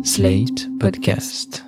Slate Podcast.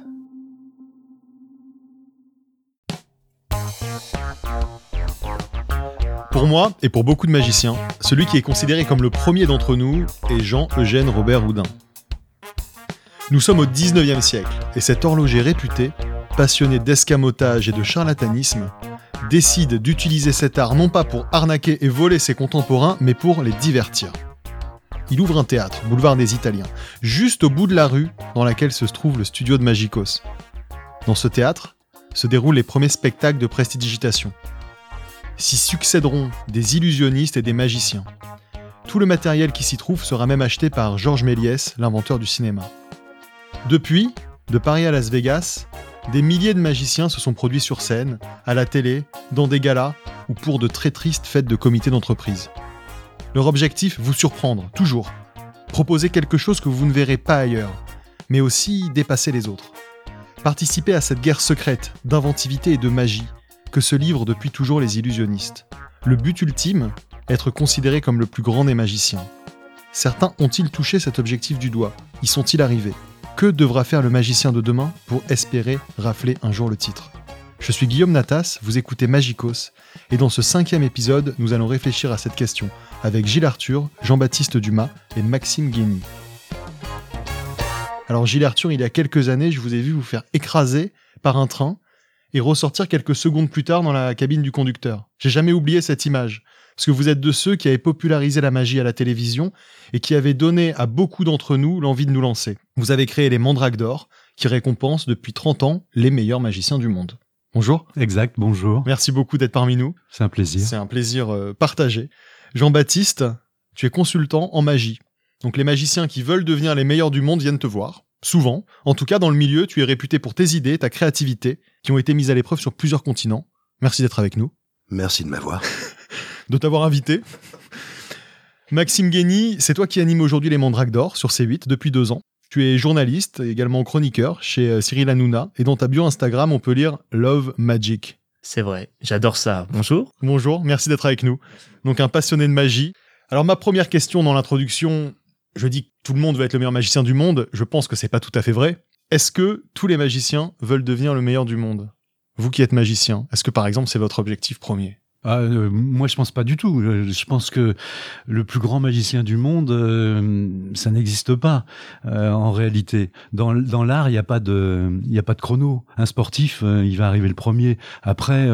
Pour moi, et pour beaucoup de magiciens, celui qui est considéré comme le premier d'entre nous est Jean-Eugène Robert Houdin. Nous sommes au 19e siècle, et cet horloger réputé, passionné d'escamotage et de charlatanisme, décide d'utiliser cet art non pas pour arnaquer et voler ses contemporains, mais pour les divertir. Il ouvre un théâtre, boulevard des Italiens, juste au bout de la rue dans laquelle se trouve le studio de Magikos. Dans ce théâtre se déroulent les premiers spectacles de prestidigitation. S'y succéderont des illusionnistes et des magiciens. Tout le matériel qui s'y trouve sera même acheté par Georges Méliès, l'inventeur du cinéma. Depuis, de Paris à Las Vegas, des milliers de magiciens se sont produits sur scène, à la télé, dans des galas ou pour de très tristes fêtes de comités d'entreprise. Leur objectif, vous surprendre, toujours. Proposer quelque chose que vous ne verrez pas ailleurs, mais aussi dépasser les autres. Participer à cette guerre secrète d'inventivité et de magie que se livrent depuis toujours les illusionnistes. Le but ultime, être considéré comme le plus grand des magiciens. Certains ont-ils touché cet objectif du doigt ? Y sont-ils arrivés ? Que devra faire le magicien de demain pour espérer rafler un jour le titre ? Je suis Guillaume Natas, vous écoutez Magikos, et dans ce 5e épisode, nous allons réfléchir à cette question avec Gilles Arthur, Jean-Baptiste Dumas et Maxime Guény. Alors Gilles Arthur, il y a quelques années, je vous ai vu vous faire écraser par un train et ressortir quelques secondes plus tard dans la cabine du conducteur. J'ai jamais oublié cette image, parce que vous êtes de ceux qui avaient popularisé la magie à la télévision et qui avaient donné à beaucoup d'entre nous l'envie de nous lancer. Vous avez créé les Mandrakes d'Or, qui récompensent depuis 30 ans les meilleurs magiciens du monde. Bonjour. Exact, bonjour. Merci beaucoup d'être parmi nous. C'est un plaisir. C'est un plaisir partagé. Jean-Baptiste, tu es consultant en magie. Donc les magiciens qui veulent devenir les meilleurs du monde viennent te voir. Souvent. En tout cas, dans le milieu, tu es réputé pour tes idées, ta créativité, qui ont été mises à l'épreuve sur plusieurs continents. Merci d'être avec nous. Merci de m'avoir. De t'avoir invité. Maxime Guény, c'est toi qui anime aujourd'hui les Mandrakes d'Or sur C8 depuis 2 ans. Tu es journaliste et également chroniqueur chez Cyril Hanouna. Et dans ta bio Instagram, on peut lire Love Magic. C'est vrai, j'adore ça. Bonjour. Bonjour, merci d'être avec nous. Donc un passionné de magie. Alors ma première question dans l'introduction, je dis que tout le monde veut être le meilleur magicien du monde. Je pense que c'est pas tout à fait vrai. Est-ce que tous les magiciens veulent devenir le meilleur du monde ? Vous qui êtes magicien, est-ce que par exemple c'est votre objectif premier ? Moi, je pense pas du tout. Je pense que le plus grand magicien du monde, ça n'existe pas en réalité. Dans l'art, il y a pas de chrono. Un sportif, il va arriver le premier. Après,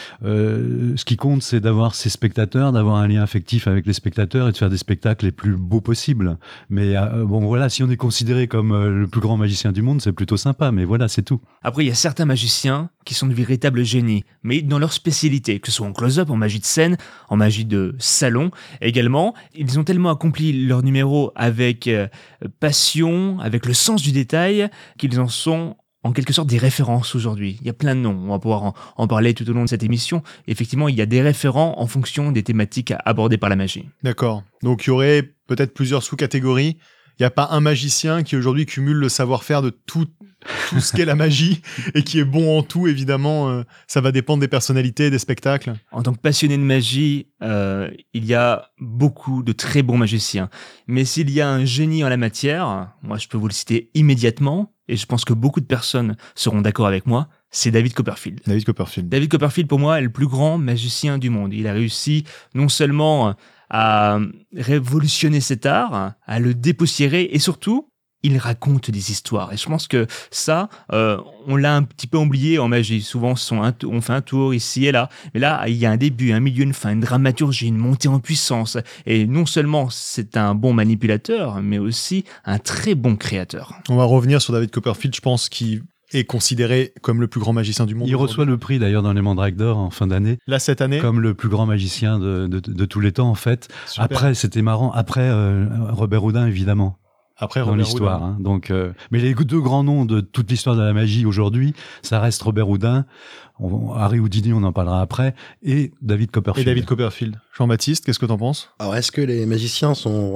ce qui compte, c'est d'avoir ses spectateurs, d'avoir un lien affectif avec les spectateurs et de faire des spectacles les plus beaux possibles. Mais bon, voilà, si on est considéré comme le plus grand magicien du monde, c'est plutôt sympa. Mais voilà, c'est tout. Après, il y a certains magiciens qui sont de véritables génies, mais dans leur spécialité, que ce soit en close-up, en magie de scène, en magie de salon également. Ils ont tellement accompli leur numéro avec passion, avec le sens du détail, qu'ils en sont en quelque sorte des références aujourd'hui. Il y a plein de noms, on va pouvoir en parler tout au long de cette émission. Effectivement, il y a des référents en fonction des thématiques abordées par la magie. D'accord. Donc il y aurait peut-être plusieurs sous-catégories. Il n'y a pas un magicien qui aujourd'hui cumule le savoir-faire de tout ce qu'est la magie et qui est bon en tout, évidemment. Ça va dépendre des personnalités et des spectacles. En tant que passionné de magie, il y a beaucoup de très bons magiciens. Mais s'il y a un génie en la matière, moi je peux vous le citer immédiatement, et je pense que beaucoup de personnes seront d'accord avec moi, c'est David Copperfield. David Copperfield. David Copperfield, pour moi, est le plus grand magicien du monde. Il a réussi non seulement à révolutionner cet art, à le dépoussiérer, et surtout, il raconte des histoires. Et je pense que ça, on l'a un petit peu oublié en magie. Souvent, on fait un tour ici et là. Mais là, il y a un début, un milieu, une fin, une dramaturgie, une montée en puissance. Et non seulement c'est un bon manipulateur, mais aussi un très bon créateur. On va revenir sur David Copperfield, je pense, qui est considéré comme le plus grand magicien du monde. Il reçoit le prix d'ailleurs dans les Mandrakes d'Or en fin d'année. Là, cette année. Comme le plus grand magicien de tous les temps, en fait. Super. Après, c'était marrant. Après, Robert Houdin, évidemment. Après dans Robert l'histoire. Houdin. Donc, mais les 2 grands noms de toute l'histoire de la magie aujourd'hui, ça reste Robert Houdin. Harry Houdini, on en parlera après, et David Copperfield. Et David Copperfield. Jean-Baptiste, qu'est-ce que t'en penses? Alors, est-ce que les magiciens ont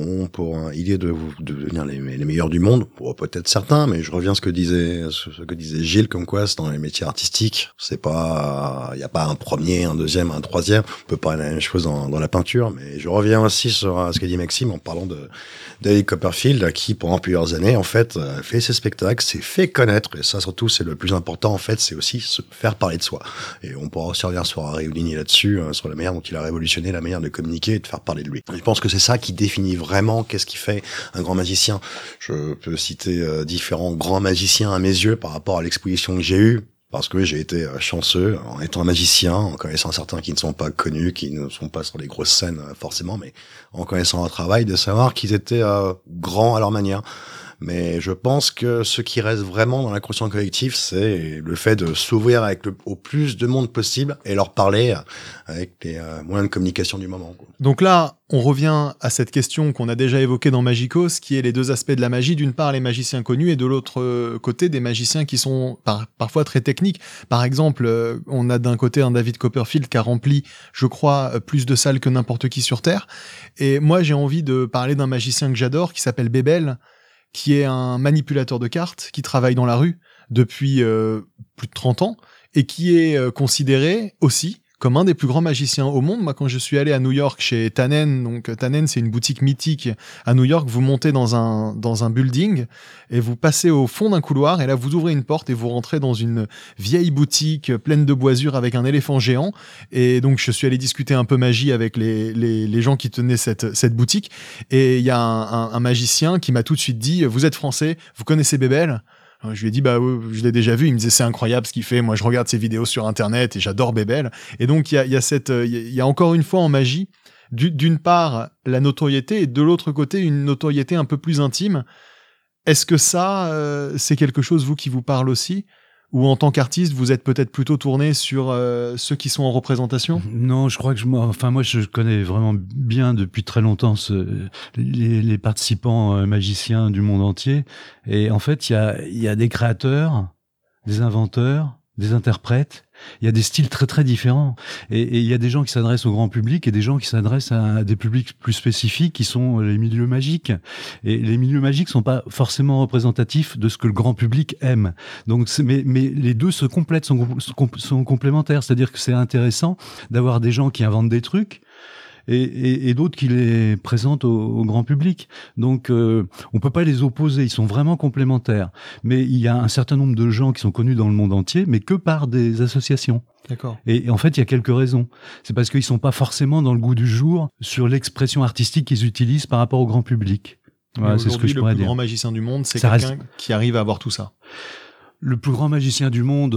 pour idée de devenir les meilleurs du monde? Bon, peut-être certains, mais je reviens à ce que disait Gilles, comme quoi c'est dans les métiers artistiques. C'est pas, il y a pas un premier, un deuxième, un troisième. On peut pas la même chose dans la peinture, mais je reviens aussi sur ce qu'a dit Maxime en parlant de David Copperfield, qui pendant plusieurs années, en fait, fait ses spectacles, s'est fait connaître, et ça surtout c'est le plus important en fait, c'est aussi se faire parler de soi. Et on pourra aussi revenir sur Harry Houdini là-dessus, sur la manière dont il a révolutionné la manière de communiquer et de faire parler de lui. Et je pense que c'est ça qui définit vraiment qu'est-ce qui fait un grand magicien. Je peux citer différents grands magiciens à mes yeux par rapport à l'exposition que j'ai eue. Parce que j'ai été chanceux en étant un magicien, en connaissant certains qui ne sont pas connus, qui ne sont pas sur les grosses scènes forcément, mais en connaissant leur travail, de savoir qu'ils étaient grands à leur manière. Mais je pense que ce qui reste vraiment dans l'inconscient collectif, c'est le fait de s'ouvrir au plus de monde possible et leur parler avec les moyens de communication du moment, quoi. Donc là, on revient à cette question qu'on a déjà évoquée dans Magicos, qui est les deux aspects de la magie. D'une part, les magiciens connus, et de l'autre côté, des magiciens qui sont parfois très techniques. Par exemple, on a d'un côté un David Copperfield qui a rempli, je crois, plus de salles que n'importe qui sur Terre. Et moi, j'ai envie de parler d'un magicien que j'adore, qui s'appelle Bébel, qui est un manipulateur de cartes, qui travaille dans la rue depuis plus de 30 ans, et qui est considéré aussi comme un des plus grands magiciens au monde. Moi, quand je suis allé à New York chez Tannen, donc Tannen, c'est une boutique mythique à New York, vous montez dans un building et vous passez au fond d'un couloir et là, vous ouvrez une porte et vous rentrez dans une vieille boutique pleine de boisures avec un éléphant géant. Et donc, je suis allé discuter un peu magie avec les gens qui tenaient cette boutique. Et il y a un magicien qui m'a tout de suite dit, vous êtes français, vous connaissez Bébel? Je lui ai dit, bah oui, je l'ai déjà vu. Il me disait, c'est incroyable ce qu'il fait. Moi, je regarde ses vidéos sur Internet et j'adore Bébel. Et donc, il y a encore une fois en magie, d'une part, la notoriété et de l'autre côté, une notoriété un peu plus intime. Est-ce que ça, c'est quelque chose, vous, qui vous parle aussi? Ou en tant qu'artiste, vous êtes peut-être plutôt tourné sur ceux qui sont en représentation? Non, je crois que moi, je connais vraiment bien depuis très longtemps les participants magiciens du monde entier. Et en fait, il y a des créateurs, des inventeurs, des interprètes. Il y a des styles très très différents. Et il y a des gens qui s'adressent au grand public et des gens qui s'adressent à des publics plus spécifiques qui sont les milieux magiques. Et les milieux magiques sont pas forcément représentatifs de ce que le grand public aime. Donc, mais les deux se complètent, sont complémentaires. C'est-à-dire que c'est intéressant d'avoir des gens qui inventent des trucs et d'autres qui les présentent au grand public. Donc, on peut pas les opposer, ils sont vraiment complémentaires. Mais il y a un certain nombre de gens qui sont connus dans le monde entier, mais que par des associations. D'accord. Et en fait, il y a quelques raisons. C'est parce qu'ils sont pas forcément dans le goût du jour sur l'expression artistique qu'ils utilisent par rapport au grand public. Voilà, c'est ce que je pourrais dire. Le plus grand magicien du monde, c'est ça quelqu'un qui arrive à avoir tout ça. Le plus grand magicien du monde,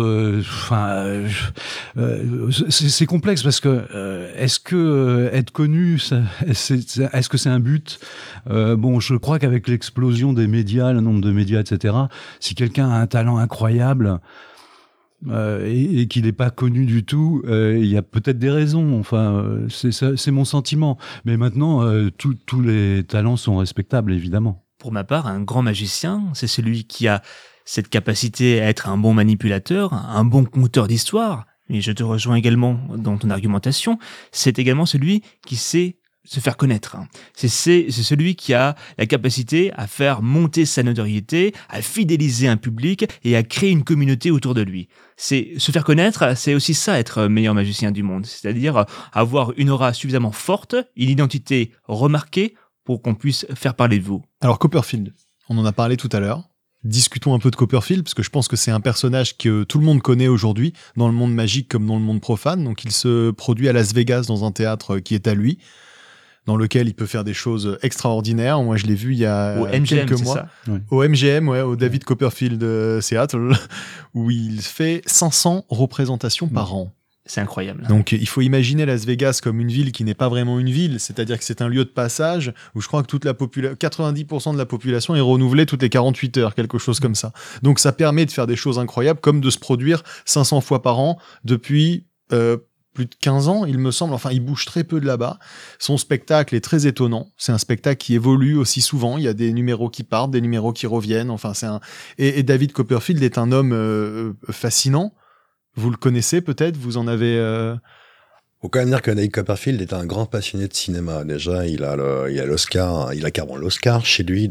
c'est complexe parce que est-ce que être connu, est-ce que c'est un but? Bon, je crois qu'avec l'explosion des médias, le nombre de médias, etc., si quelqu'un a un talent incroyable et qu'il n'est pas connu du tout, il y a peut-être des raisons. Enfin, c'est mon sentiment. Mais maintenant, tous les talents sont respectables, évidemment. Pour ma part, un grand magicien, c'est celui qui a cette capacité à être un bon manipulateur, un bon conteur d'histoire, et je te rejoins également dans ton argumentation, c'est également celui qui sait se faire connaître. C'est celui qui a la capacité à faire monter sa notoriété, à fidéliser un public et à créer une communauté autour de lui. C'est se faire connaître, c'est aussi ça être meilleur magicien du monde, c'est-à-dire avoir une aura suffisamment forte, une identité remarquée pour qu'on puisse faire parler de vous. Alors Copperfield, on en a parlé tout à l'heure. Discutons un peu de Copperfield, parce que je pense que c'est un personnage que tout le monde connaît aujourd'hui, dans le monde magique comme dans le monde profane. Donc il se produit à Las Vegas dans un théâtre qui est à lui, dans lequel il peut faire des choses extraordinaires. Moi, je l'ai vu il y a quelques mois. Ça au MGM, au David Copperfield Seattle, où il fait 500 représentations par an. C'est incroyable. Donc, il faut imaginer Las Vegas comme une ville qui n'est pas vraiment une ville, c'est-à-dire que c'est un lieu de passage où je crois que 90% de la population est renouvelée toutes les 48 heures, quelque chose comme ça. Donc, ça permet de faire des choses incroyables, comme de se produire 500 fois par an depuis plus de 15 ans, il me semble. Enfin, il bouge très peu de là-bas. Son spectacle est très étonnant. C'est un spectacle qui évolue aussi souvent. Il y a des numéros qui partent, des numéros qui reviennent. Enfin, et David Copperfield est un homme fascinant, Vous le connaissez peut-être? Vous en avez... Faut quand même dire que David Copperfield est un grand passionné de cinéma. Déjà, il a l'Oscar, il a carrément l'Oscar chez lui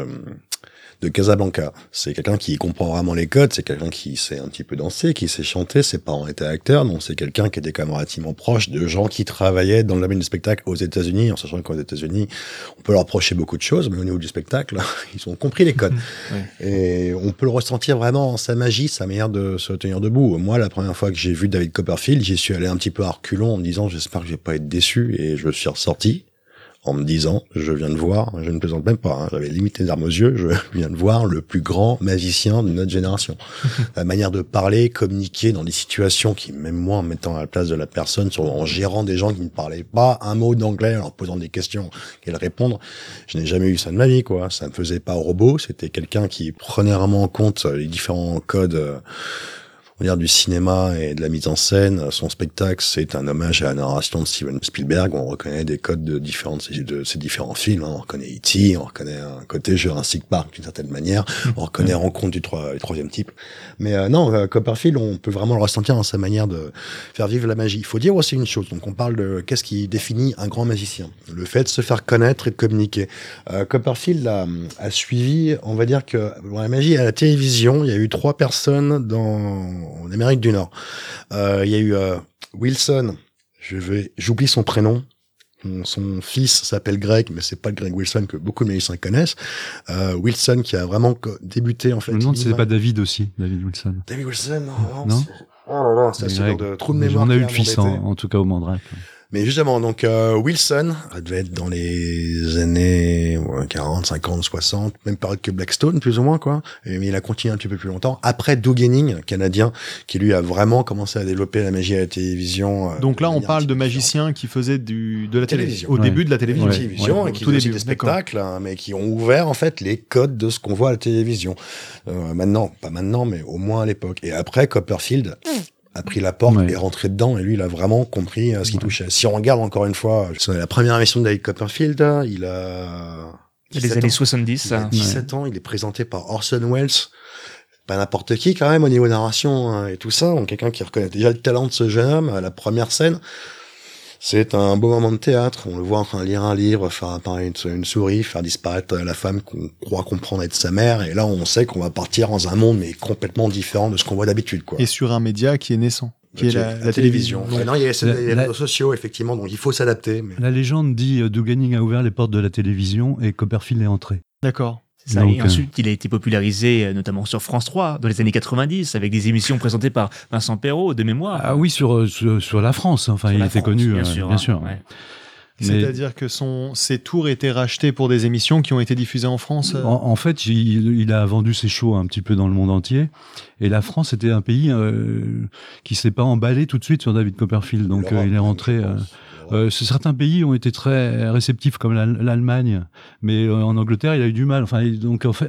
de Casablanca. C'est quelqu'un qui comprend vraiment les codes, c'est quelqu'un qui sait un petit peu danser, qui sait chanter, ses parents étaient acteurs, donc c'est quelqu'un qui était quand même relativement proche de gens qui travaillaient dans le domaine du spectacle aux États-Unis, en sachant qu'aux États-Unis, on peut leur reprocher beaucoup de choses, mais au niveau du spectacle, ils ont compris les codes. Et on peut le ressentir vraiment, sa magie, sa manière de se tenir debout. Moi, la première fois que j'ai vu David Copperfield, j'y suis allé un petit peu à reculons en me disant, j'espère que je vais pas être déçu, et je suis ressorti en me disant, je viens de voir, je ne plaisante même pas, hein, j'avais limite les larmes aux yeux, je viens de voir le plus grand magicien de notre génération. La manière de parler, communiquer dans des situations qui, même moi, en mettant à la place de la personne, en gérant des gens qui ne parlaient pas un mot d'anglais, en leur posant des questions, qu'elles répondre, je n'ai jamais eu ça de ma vie, quoi. Ça ne faisait pas robot, c'était quelqu'un qui prenait vraiment en compte les différents codes, on va dire, du cinéma et de la mise en scène. Son spectacle, c'est un hommage à la narration de Steven Spielberg. On reconnaît des codes de ces différents films. On reconnaît E.T., on reconnaît un côté Jurassic Park d'une certaine manière. On reconnaît Rencontre du troisième type. Mais non, Copperfield, on peut vraiment le ressentir dans sa manière de faire vivre la magie. Il faut dire aussi une chose. Donc, on parle de qu'est-ce qui définit un grand magicien. Le fait de se faire connaître et de communiquer. Copperfield a suivi, on va dire que dans la magie à la télévision, il y a eu 3 personnes en Amérique du Nord. Il y a eu Wilson, j'oublie son prénom. Son fils s'appelle Greg, mais c'est pas le Greg Wilson que beaucoup de magiciens connaissent. Wilson qui a vraiment débuté en fait. Je me demande si c'est pas David aussi, David Wilson. David Wilson, non. Oh là là, c'est ce genre de trou de mémoire. On a eu le fils en tout cas au Mandrake. Mais justement, donc Wilson, elle devait être dans les années 40, 50, 60, même période que Blackstone, plus ou moins, quoi. Mais il a continué un petit peu plus longtemps. Après Doug Henning, canadien, qui lui a vraiment commencé à développer la magie à la télévision. Donc là, on parle de magiciens qui faisaient de la télévision. Au début de la télévision. Et qui faisaient des spectacles, hein, mais qui ont ouvert, en fait, les codes de ce qu'on voit à la télévision. Maintenant, pas maintenant, mais au moins à l'époque. Et après, Copperfield a pris la porte et est rentré dedans, et lui, il a vraiment compris ce qui touchait. Si on regarde encore une fois, c'est la première émission de David Copperfield, il a... Les années 70. Il a 17 ans, il est présenté par Orson Welles. Pas n'importe qui, quand même, au niveau narration hein, et tout ça. Donc, quelqu'un qui reconnaît déjà le talent de ce jeune homme à la première scène. C'est un beau moment de théâtre. On le voit en train de lire un livre, faire apparaître une souris, faire disparaître la femme qu'on croit comprendre être sa mère. Et là, on sait qu'on va partir dans un monde, mais complètement différent de ce qu'on voit d'habitude, quoi. Et sur un média qui est naissant. Qui est la télévision. Non, il y a les réseaux sociaux, effectivement, donc il faut s'adapter. Mais... La légende dit Doug Henning a ouvert les portes de la télévision et Copperfield est entré. D'accord. Ça, et ensuite, il a été popularisé notamment sur France 3 dans les années 90 avec des émissions présentées par Vincent Perrault de mémoire. Ah oui, sur la France. Enfin, il était connu, bien sûr. Ouais. C'est-à-dire que ses tours étaient rachetés pour des émissions qui ont été diffusées en France. En fait, il a vendu ses shows un petit peu dans le monde entier. Et la France était un pays qui s'est pas emballé tout de suite sur David Copperfield. Donc il est rentré. Certains pays ont été très réceptifs, comme l'Allemagne, mais en Angleterre, il a eu du mal. Enfin, donc il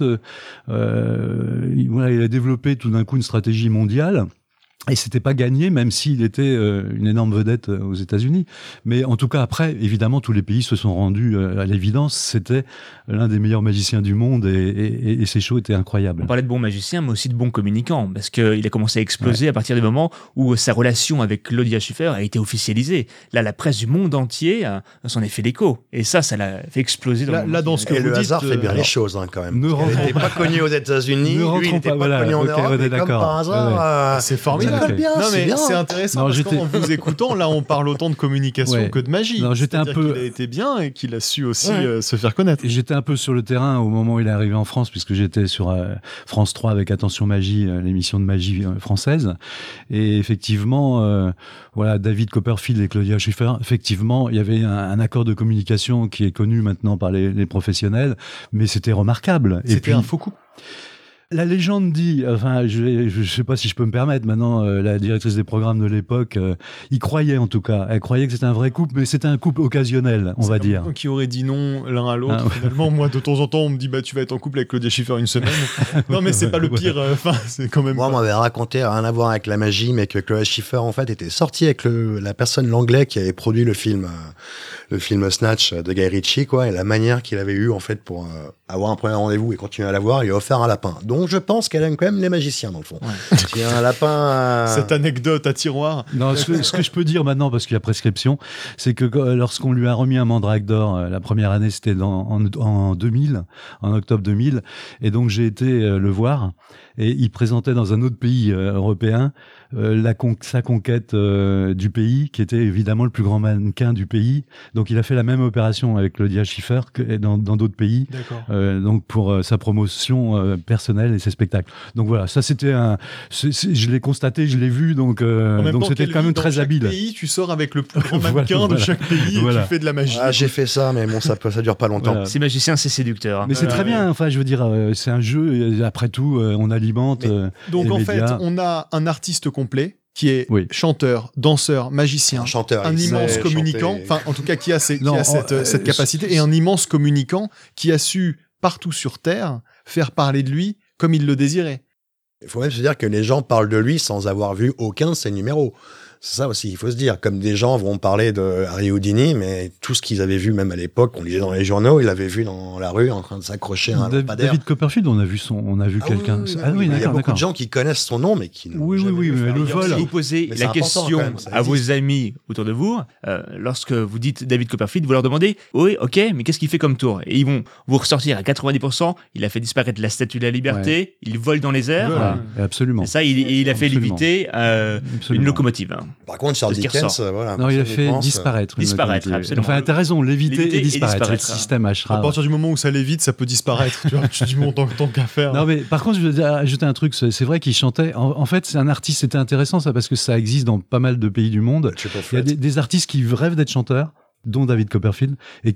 a développé tout d'un coup une stratégie mondiale. Et c'était pas gagné, même s'il était une énorme vedette aux États-Unis. Mais en tout cas, après, évidemment, tous les pays se sont rendus à l'évidence. C'était l'un des meilleurs magiciens du monde et ses shows étaient incroyables. On parlait de bons magiciens, mais aussi de bons communicants, parce qu'il a commencé à exploser à partir du moment où sa relation avec Claudia Schiffer a été officialisée. Là, la presse du monde entier s'en est fait l'écho. Et ça l'a fait exploser. Dans ce que vous dites, le hasard fait bien les choses, hein, quand même. Il n'était pas connu aux États-Unis, lui, il n'était pas connu en Europe, et comme par hasard... C'est formidable. Non, mais c'est intéressant parce qu'en vous écoutant, là, on parle autant de communication que de magie. Non, j'étais un peu. Il a été bien et qu'il a su aussi se faire connaître. J'étais un peu sur le terrain au moment où il est arrivé en France, puisque j'étais sur France 3 avec Attention Magie, l'émission de magie française. Et effectivement, David Copperfield et Claudia Schiffer, effectivement, il y avait un accord de communication qui est connu maintenant par les professionnels, mais c'était remarquable. C'était un faux coup. La légende dit, enfin, je sais pas si je peux me permettre maintenant, la directrice des programmes de l'époque, y croyait en tout cas. Elle croyait que c'était un vrai couple, mais c'était un couple occasionnel, on va dire. Qui aurait dit non l'un à l'autre. Finalement, moi, de temps en temps, on me dit, tu vas être en couple avec Claudia Schiffer une semaine. Non, mais c'est pas le pire. C'est quand même. Moi, on m'avait raconté rien à voir avec la magie, mais que Claudia Schiffer, en fait, était sortie avec l'anglais qui avait produit le film Snatch de Guy Ritchie, quoi, et la manière qu'il avait eu en fait pour avoir un premier rendez-vous et continuer à l'avoir, il a offert un lapin. Donc je pense qu'elle aime quand même les magiciens dans le fond. Ouais. Si un lapin. Cette anecdote à tiroir. Non, ce que je peux dire maintenant, parce qu'il y a prescription, c'est que lorsqu'on lui a remis un Mandrake d'or, la première année, c'était en 2000, en octobre 2000, et donc j'ai été le voir, et il présentait dans un autre pays européen sa conquête du pays, qui était évidemment le plus grand mannequin du pays. Donc il a fait la même opération avec Claudia Schiffer que dans d'autres pays. D'accord. Donc pour sa promotion personnelle et ses spectacles. Donc voilà, ça c'était je l'ai constaté, je l'ai vu, donc c'était quand même très habile. Dans chaque pays, tu sors avec le plus grand mannequin de chaque pays et tu fais de la magie. Ah, j'ai fait ça, mais bon, ça dure pas longtemps. Voilà. Ces magiciens, c'est séducteur. Hein. Mais c'est très bien, enfin je veux dire, c'est un jeu, et après tout, on alimente Donc les en médias. fait, on a un artiste complet qui est chanteur, danseur, magicien, Un chanteur, un il immense sait communicant, chanter. enfin en tout cas qui a cette capacité, et un immense communicant qui a su, partout sur Terre, faire parler de lui comme il le désirait. Il faut même se dire que les gens parlent de lui sans avoir vu aucun de ses numéros. C'est ça aussi, il faut se dire. Comme des gens vont parler de Harry Houdini, mais tout ce qu'ils avaient vu, même à l'époque, on lisait dans les journaux, ils l'avaient vu dans la rue en train de s'accrocher à un lampadaire. David Copperfield, on a vu quelqu'un. Oui, il y a beaucoup de gens qui connaissent son nom, mais qui n'ont Oui, jamais oui, vu mais faire. le D'ailleurs, vol. si vous posez Mais la c'est important question quand même, ça à vos existe. amis autour de vous, lorsque vous dites David Copperfield, vous leur demandez oui, ok, mais qu'est-ce qu'il fait comme tour? Et ils vont vous ressortir à 90%. Il a fait disparaître la Statue de la Liberté, il vole dans les airs. Voilà, absolument. Et ça, il a fait Absolument. léviter une Absolument. locomotive. Hein. Par contre, Charles Parce qu'il Dickens, ressort. voilà. Non, il a personne fait n'y pense. disparaître. une Disparaître, locomotive. absolument. Enfin, t'as raison, léviter Léviter et et disparaître. C'est le disparaître. système À Ashram. partir du moment où ça lévite, ça peut disparaître. Tu vois, tu dis bon, tant qu'à faire. Non, mais par contre, je veux ajouter un truc. C'est vrai qu'il chantait. En fait, c'est un artiste. C'était intéressant ça parce que ça existe dans pas mal de pays du monde. Il y a des artistes qui rêvent d'être chanteurs, dont David Copperfield, et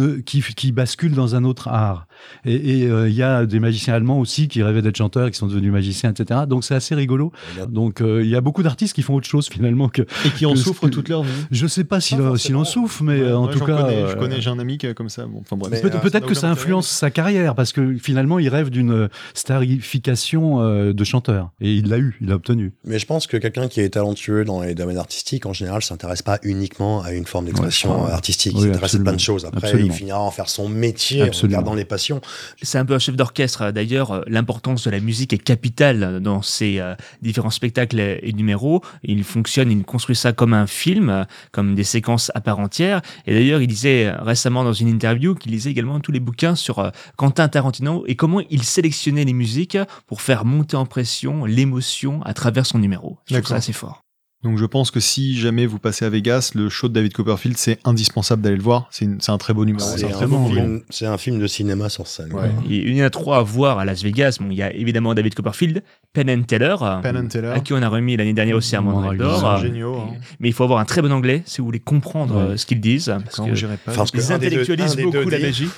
qui basculent dans un autre art. Et il y a des magiciens allemands aussi qui rêvaient d'être chanteurs et qui sont devenus magiciens, etc. Donc c'est assez rigolo. Donc il y a beaucoup d'artistes qui font autre chose finalement Et qui en que- souffrent toute leur vie. Je sais pas s'il Pas en forcément. souffre, mais Ouais, en moi, tout j'en cas, connais, je connais, j'ai un ami qui est comme ça. Bon, enfin bref. Mais, peut-être que ça influence sa carrière parce que finalement il rêve d'une starification de chanteur et il l'a obtenu. Mais je pense que quelqu'un qui est talentueux dans les domaines artistiques, en général, s'intéresse pas uniquement à une forme d'expression Ouais, artistique. oui, Il s'intéresse à plein de absolument. choses. Après, Absolument. il finira en faire son métier Absolument. en gardant les passions. C'est un peu un chef d'orchestre. D'ailleurs, l'importance de la musique est capitale dans ces différents spectacles et numéros. Il fonctionne, il construit ça comme un film, comme des séquences à part entière. Et d'ailleurs, il disait récemment dans une interview qu'il lisait également tous les bouquins sur Quentin Tarantino et comment il sélectionnait les musiques pour faire monter en pression l'émotion à travers son numéro. Je trouve D'accord. ça assez fort. Donc je pense que si jamais vous passez à Vegas, le show de David Copperfield, c'est indispensable d'aller le voir. C'est un très beau numéro. C'est C'est un un, très beau moment. c'est un film de cinéma sur scène. Ouais. Il y en a 3 à voir à Las Vegas. Bon, il y a évidemment David Copperfield, Penn and Teller, Penn and Teller. à qui on a remis l'année dernière aussi un Mandrake d'or. Ils sont géniaux. Hein. Mais il faut avoir un très bon anglais si vous voulez comprendre Ouais. ce qu'ils disent. Parce D'accord, que j'irai pas. Enfin, parce que ils un des deux- intellectualisent un des deux beaucoup la dit- magie.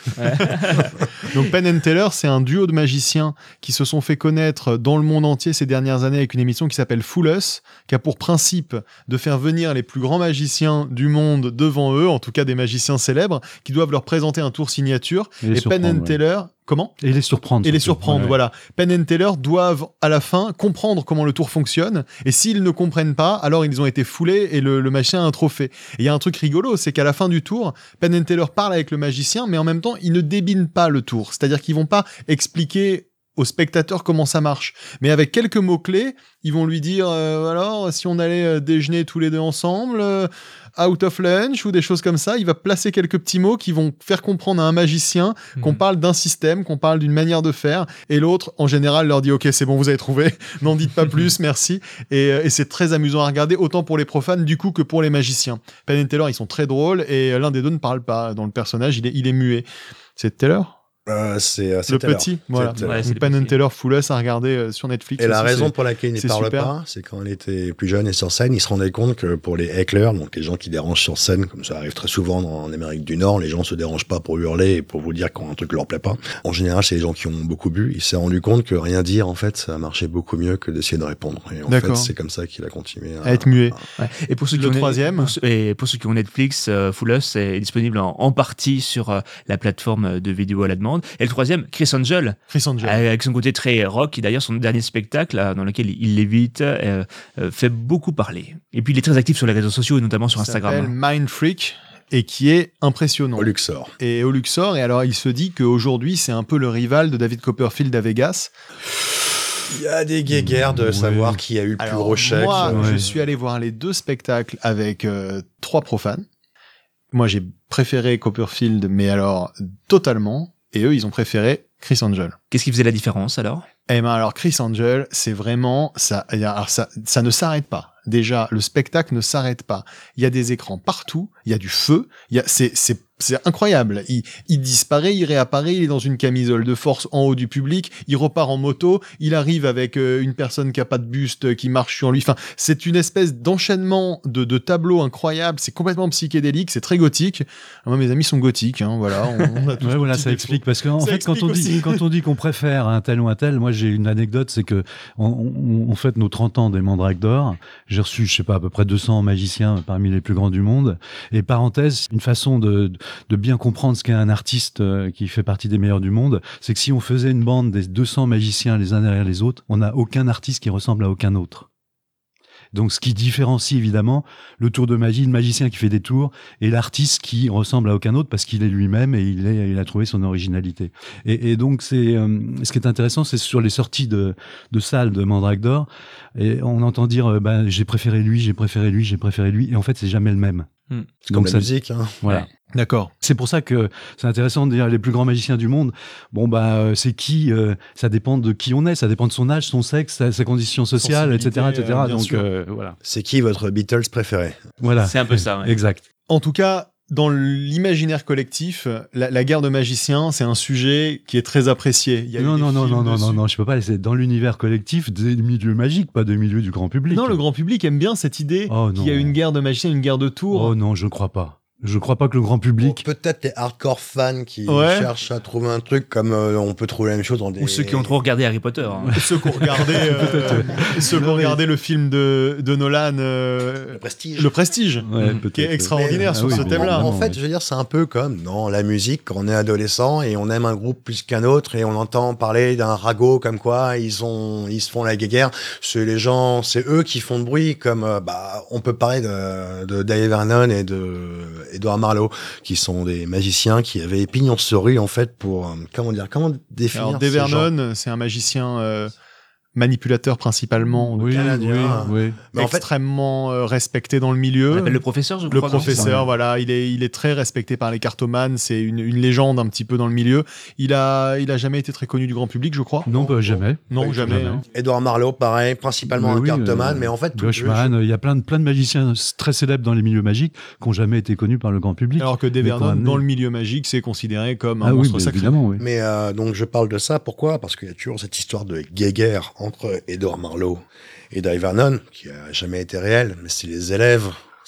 Donc Penn and Teller, c'est un duo de magiciens qui se sont fait connaître dans le monde entier ces dernières années avec une émission qui s'appelle Fool Us, qui a pour principe de faire venir les plus grands magiciens du monde devant eux, en tout cas des magiciens célèbres, qui doivent leur présenter un tour signature. Et les Et Penn surprendre, and ouais. Teller, comment ? Et les surprendre. Et les surtout. surprendre, Ouais. voilà. Penn and Teller doivent, à la fin, comprendre comment le tour fonctionne, et s'ils ne comprennent pas, alors ils ont été foulés et le magicien a un trophée. Et il y a un truc rigolo, c'est qu'à la fin du tour, Penn and Teller parle avec le magicien, mais en même temps, ils ne débinent pas le tour. C'est-à-dire qu'ils vont pas expliquer aux spectateurs comment ça marche. Mais avec quelques mots-clés, ils vont lui dire, alors, si on allait déjeuner tous les deux ensemble, out of lunch, ou des choses comme ça, il va placer quelques petits mots qui vont faire comprendre à un magicien qu'on parle d'un système, qu'on parle d'une manière de faire, et l'autre, en général, leur dit, ok, c'est bon, vous avez trouvé, n'en dites pas plus, merci. Et c'est très amusant à regarder, autant pour les profanes, du coup, que pour les magiciens. Penn and Teller, ils sont très drôles, et l'un des deux ne parle pas. Dans le personnage, il est muet. C'est Teller ? C'est Le Teller. petit, voilà. C'est Teller. Ouais, c'est le Penn and petit. Teller Fool Us à regarder sur Netflix. Et la aussi, raison pour laquelle il ne c'est parle super. pas, c'est quand il était plus jeune et sur scène, il se rendait compte que pour les hecklers, donc les gens qui dérangent sur scène, comme ça arrive très souvent en Amérique du Nord, les gens se dérangent pas pour hurler et pour vous dire quand un truc leur plaît pas. En général, c'est les gens qui ont beaucoup bu. Il s'est rendu compte que rien dire, en fait, ça marchait beaucoup mieux que d'essayer de répondre. Et en fait, D'accord. c'est comme ça qu'il a continué à être muet. Ouais. Et pour ceux qui Le ont troisième. pour ceux qui ont Netflix, Full Us est disponible en partie sur la plateforme de vidéo à la demande. Et le troisième, Chris Angel, Chris Angel. avec son côté très rock, et d'ailleurs son dernier spectacle dans lequel il lévite fait beaucoup parler. Et puis il est très actif sur les réseaux sociaux et notamment sur Ça s'appelle Instagram. Mind Freak et qui est impressionnant. Au Luxor. Et au Luxor, et alors il se dit qu'aujourd'hui c'est un peu le rival de David Copperfield à Vegas. Il y a des guéguerres de savoir qui a eu le plus gros chèque. Moi, je Ouais. suis allé voir les 2 spectacles avec 3 profanes. Moi, j'ai préféré Copperfield, mais alors totalement. Et eux, ils ont préféré Chris Angel. Qu'est-ce qui faisait la différence alors? Eh ben alors Chris Angel, c'est vraiment ça. Alors ça ne s'arrête pas. Déjà, le spectacle ne s'arrête pas. Il y a des écrans partout, il y a du feu, c'est incroyable. Il disparaît, il réapparaît, il est dans une camisole de force en haut du public, il repart en moto, il arrive avec une personne qui a pas de buste qui marche sur lui. Enfin, c'est une espèce d'enchaînement de tableaux incroyables. C'est complètement psychédélique, c'est très gothique. Moi, mes amis sont gothiques, hein, voilà. On a tous Ouais, nos voilà, petits ça défauts. explique parce qu'en Ça fait, quand explique aussi. on dit qu'on préfère un tel ou un tel, moi j'ai une anecdote, c'est que on fête nos 30 ans des Mandrakes d'Or. J'ai reçu, je sais pas, à peu près 200 magiciens parmi les plus grands du monde. Et parenthèse, une façon de bien comprendre ce qu'est un artiste qui fait partie des meilleurs du monde, c'est que si on faisait une bande des 200 magiciens les uns derrière les autres, on n'a aucun artiste qui ressemble à aucun autre. Donc, ce qui différencie évidemment le tour de magie, le magicien qui fait des tours, et l'artiste qui ressemble à aucun autre parce qu'il est lui-même et il a trouvé son originalité. Et donc, ce qui est intéressant, c'est sur les sorties de salles de Mandrake d'Or, et on entend dire, j'ai préféré lui, j'ai préféré lui, j'ai préféré lui, et en fait, c'est jamais le même. C'est comme Donc la musique. Hein. Voilà. Ouais. D'accord. C'est pour ça que c'est intéressant de dire les plus grands magiciens du monde. C'est qui ça dépend de qui on est, ça dépend de son âge, son sexe, sa condition sociale, etc., Sensibilité, etc. bien Donc sûr. voilà. C'est qui votre Beatles préféré? Voilà. C'est un peu ça, ouais. Exact. En tout cas, dans l'imaginaire collectif, la guerre de magiciens, c'est un sujet qui est très apprécié. Il y a eu des films dessus. Non, je peux pas laisser dans l'univers collectif des milieux magiques, pas des milieux du grand public. Non, le grand public aime bien cette idée Oh, qu'il y a non. une guerre de magiciens, une guerre de tours. Oh non, je crois pas. Je crois pas que le grand public. Peut-être les hardcore fans qui Ouais. cherchent à trouver un truc comme on peut trouver la même chose dans des... Ou ceux qui ont trop regardé Harry Potter. Hein. Ceux qui ont regardé, ceux qui ont regardé le film de Nolan, Le Prestige. Le Prestige, Ouais, Mhm. peut-être. qui est extraordinaire Ah sur oui, ce mais thème-là. évidemment. En fait, je veux dire, c'est un peu comme dans la musique, quand on est adolescent et on aime un groupe plus qu'un autre et on entend parler d'un ragot comme quoi ils se font la guéguerre. C'est les gens, c'est eux qui font de bruit, comme on peut parler de Dave Vernon et de Edward Marlowe, qui sont des magiciens qui avaient pignon sur rue en fait pour comment définir Alors, ces gens. Vernon, c'est un magicien manipulateur principalement, Oui, Canadien. oui. Mais en fait, extrêmement respecté dans le On milieu. l'appelle le professeur, je Le crois. non professeur, voilà, il est très respecté par les cartomanes. C'est une légende un petit peu dans le milieu. Il a jamais été très connu du grand public, je crois. Non, jamais. Non, Oui, jamais. jamais. hein. Edward Marlowe, pareil, principalement un Oui, cartoman, mais en fait, Bushman, il y a plein de magiciens très célèbres dans les milieux magiques qui n'ont jamais été connus par le grand public. Alors que Dave Mais pour Vernon, amener- dans le milieu magique, c'est considéré comme un Ah oui, monstre mais sacré. évidemment, oui. Mais donc je parle de ça, pourquoi? Parce qu'il y a toujours cette histoire de guéguerre entre Edward Marlowe et Dave Vernon, qui a jamais été réelle, mais c'est les élèves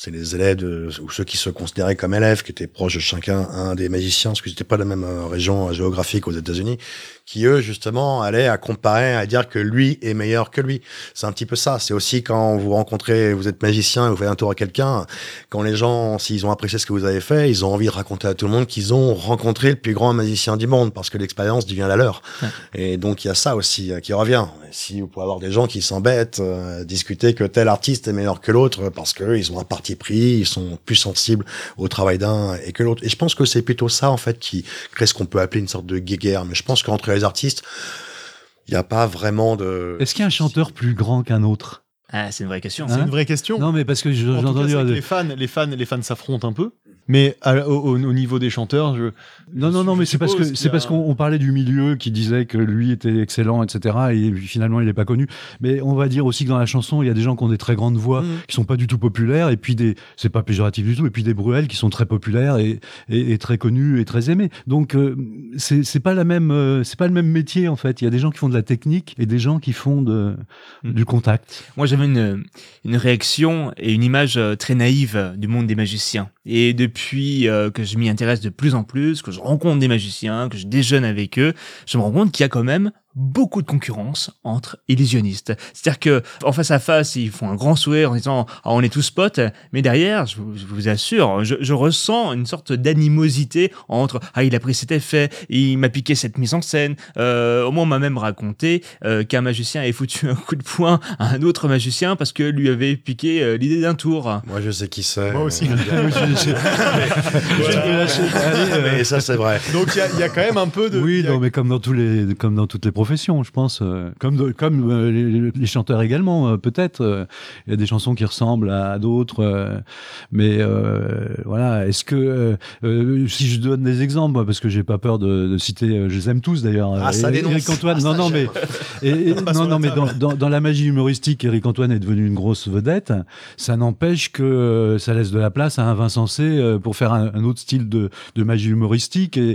ou ceux qui se considéraient comme élèves, qui étaient proches de chacun un des magiciens, parce que c'était pas la même région géographique aux États-Unis, qui eux justement allaient à comparer, à dire que lui est meilleur que lui. C'est un petit peu ça. C'est aussi quand vous rencontrez, vous êtes magicien et vous faites un tour à quelqu'un, quand les gens, s'ils ont apprécié ce que vous avez fait, ils ont envie de raconter à tout le monde qu'ils ont rencontré le plus grand magicien du monde, parce que l'expérience devient la leur. Ouais. Et donc il y a ça aussi qui revient. Et si vous pouvez avoir des gens qui s'embêtent, discuter que tel artiste est meilleur que l'autre parce que ils ont un parti pris, ils sont plus sensibles au travail d'un et que l'autre. Et je pense que c'est plutôt ça en fait qui crée ce qu'on peut appeler une sorte de guéguerre. Mais je pense qu'entre les artistes, il n'y a pas vraiment de... Est-ce qu'il y a un chanteur plus grand qu'un autre? Ah, c'est une vraie question. C'est Hein une vraie question. Non, mais parce que j'ai En tout cas, entendu. c'est que les fans s'affrontent un peu. Mais au niveau des chanteurs, Non, mais c'est parce qu'on parlait du milieu qui disait que lui était excellent, etc. Et finalement, il n'est pas connu. Mais on va dire aussi que dans la chanson, il y a des gens qui ont des très grandes voix, qui sont pas du tout populaires, et puis c'est pas péjoratif du tout, et puis des Bruel qui sont très populaires et très connus et très aimés. Donc c'est pas le même métier en fait. Il y a des gens qui font de la technique et des gens qui font du contact. Moi, j'avais une réaction et une image très naïve du monde des magiciens. Et depuis que je m'y intéresse de plus en plus, que je rencontre des magiciens, que je déjeune avec eux, je me rends compte qu'il y a quand même beaucoup de concurrence entre illusionnistes. C'est-à-dire que en face à face, ils font un grand sourire en disant « Ah, on est tous potes », mais derrière, je vous assure, je ressens une sorte d'animosité entre « Ah, il a pris cet effet, il m'a piqué cette mise en scène ». Au moins, on m'a même raconté qu'un magicien avait foutu un coup de poing à un autre magicien parce que lui avait piqué l'idée d'un tour. Moi, je sais qui c'est. Moi aussi. Mais ça, c'est vrai. Donc il y a quand même un peu de. Oui, il y a- non, mais comme dans toutes les profession, je pense. Comme les chanteurs également, peut-être. Il y a des chansons qui ressemblent à d'autres. Mais voilà, est-ce que... si je donne des exemples, parce que j'ai pas peur de citer... je les aime tous, d'ailleurs. Ah, ça dénonce. Éric Antoine, Ah, ça, non, mais... mais dans la magie humoristique, Éric Antoine est devenu une grosse vedette. Ça n'empêche que ça laisse de la place à un Vincent C pour faire un autre style de magie humoristique et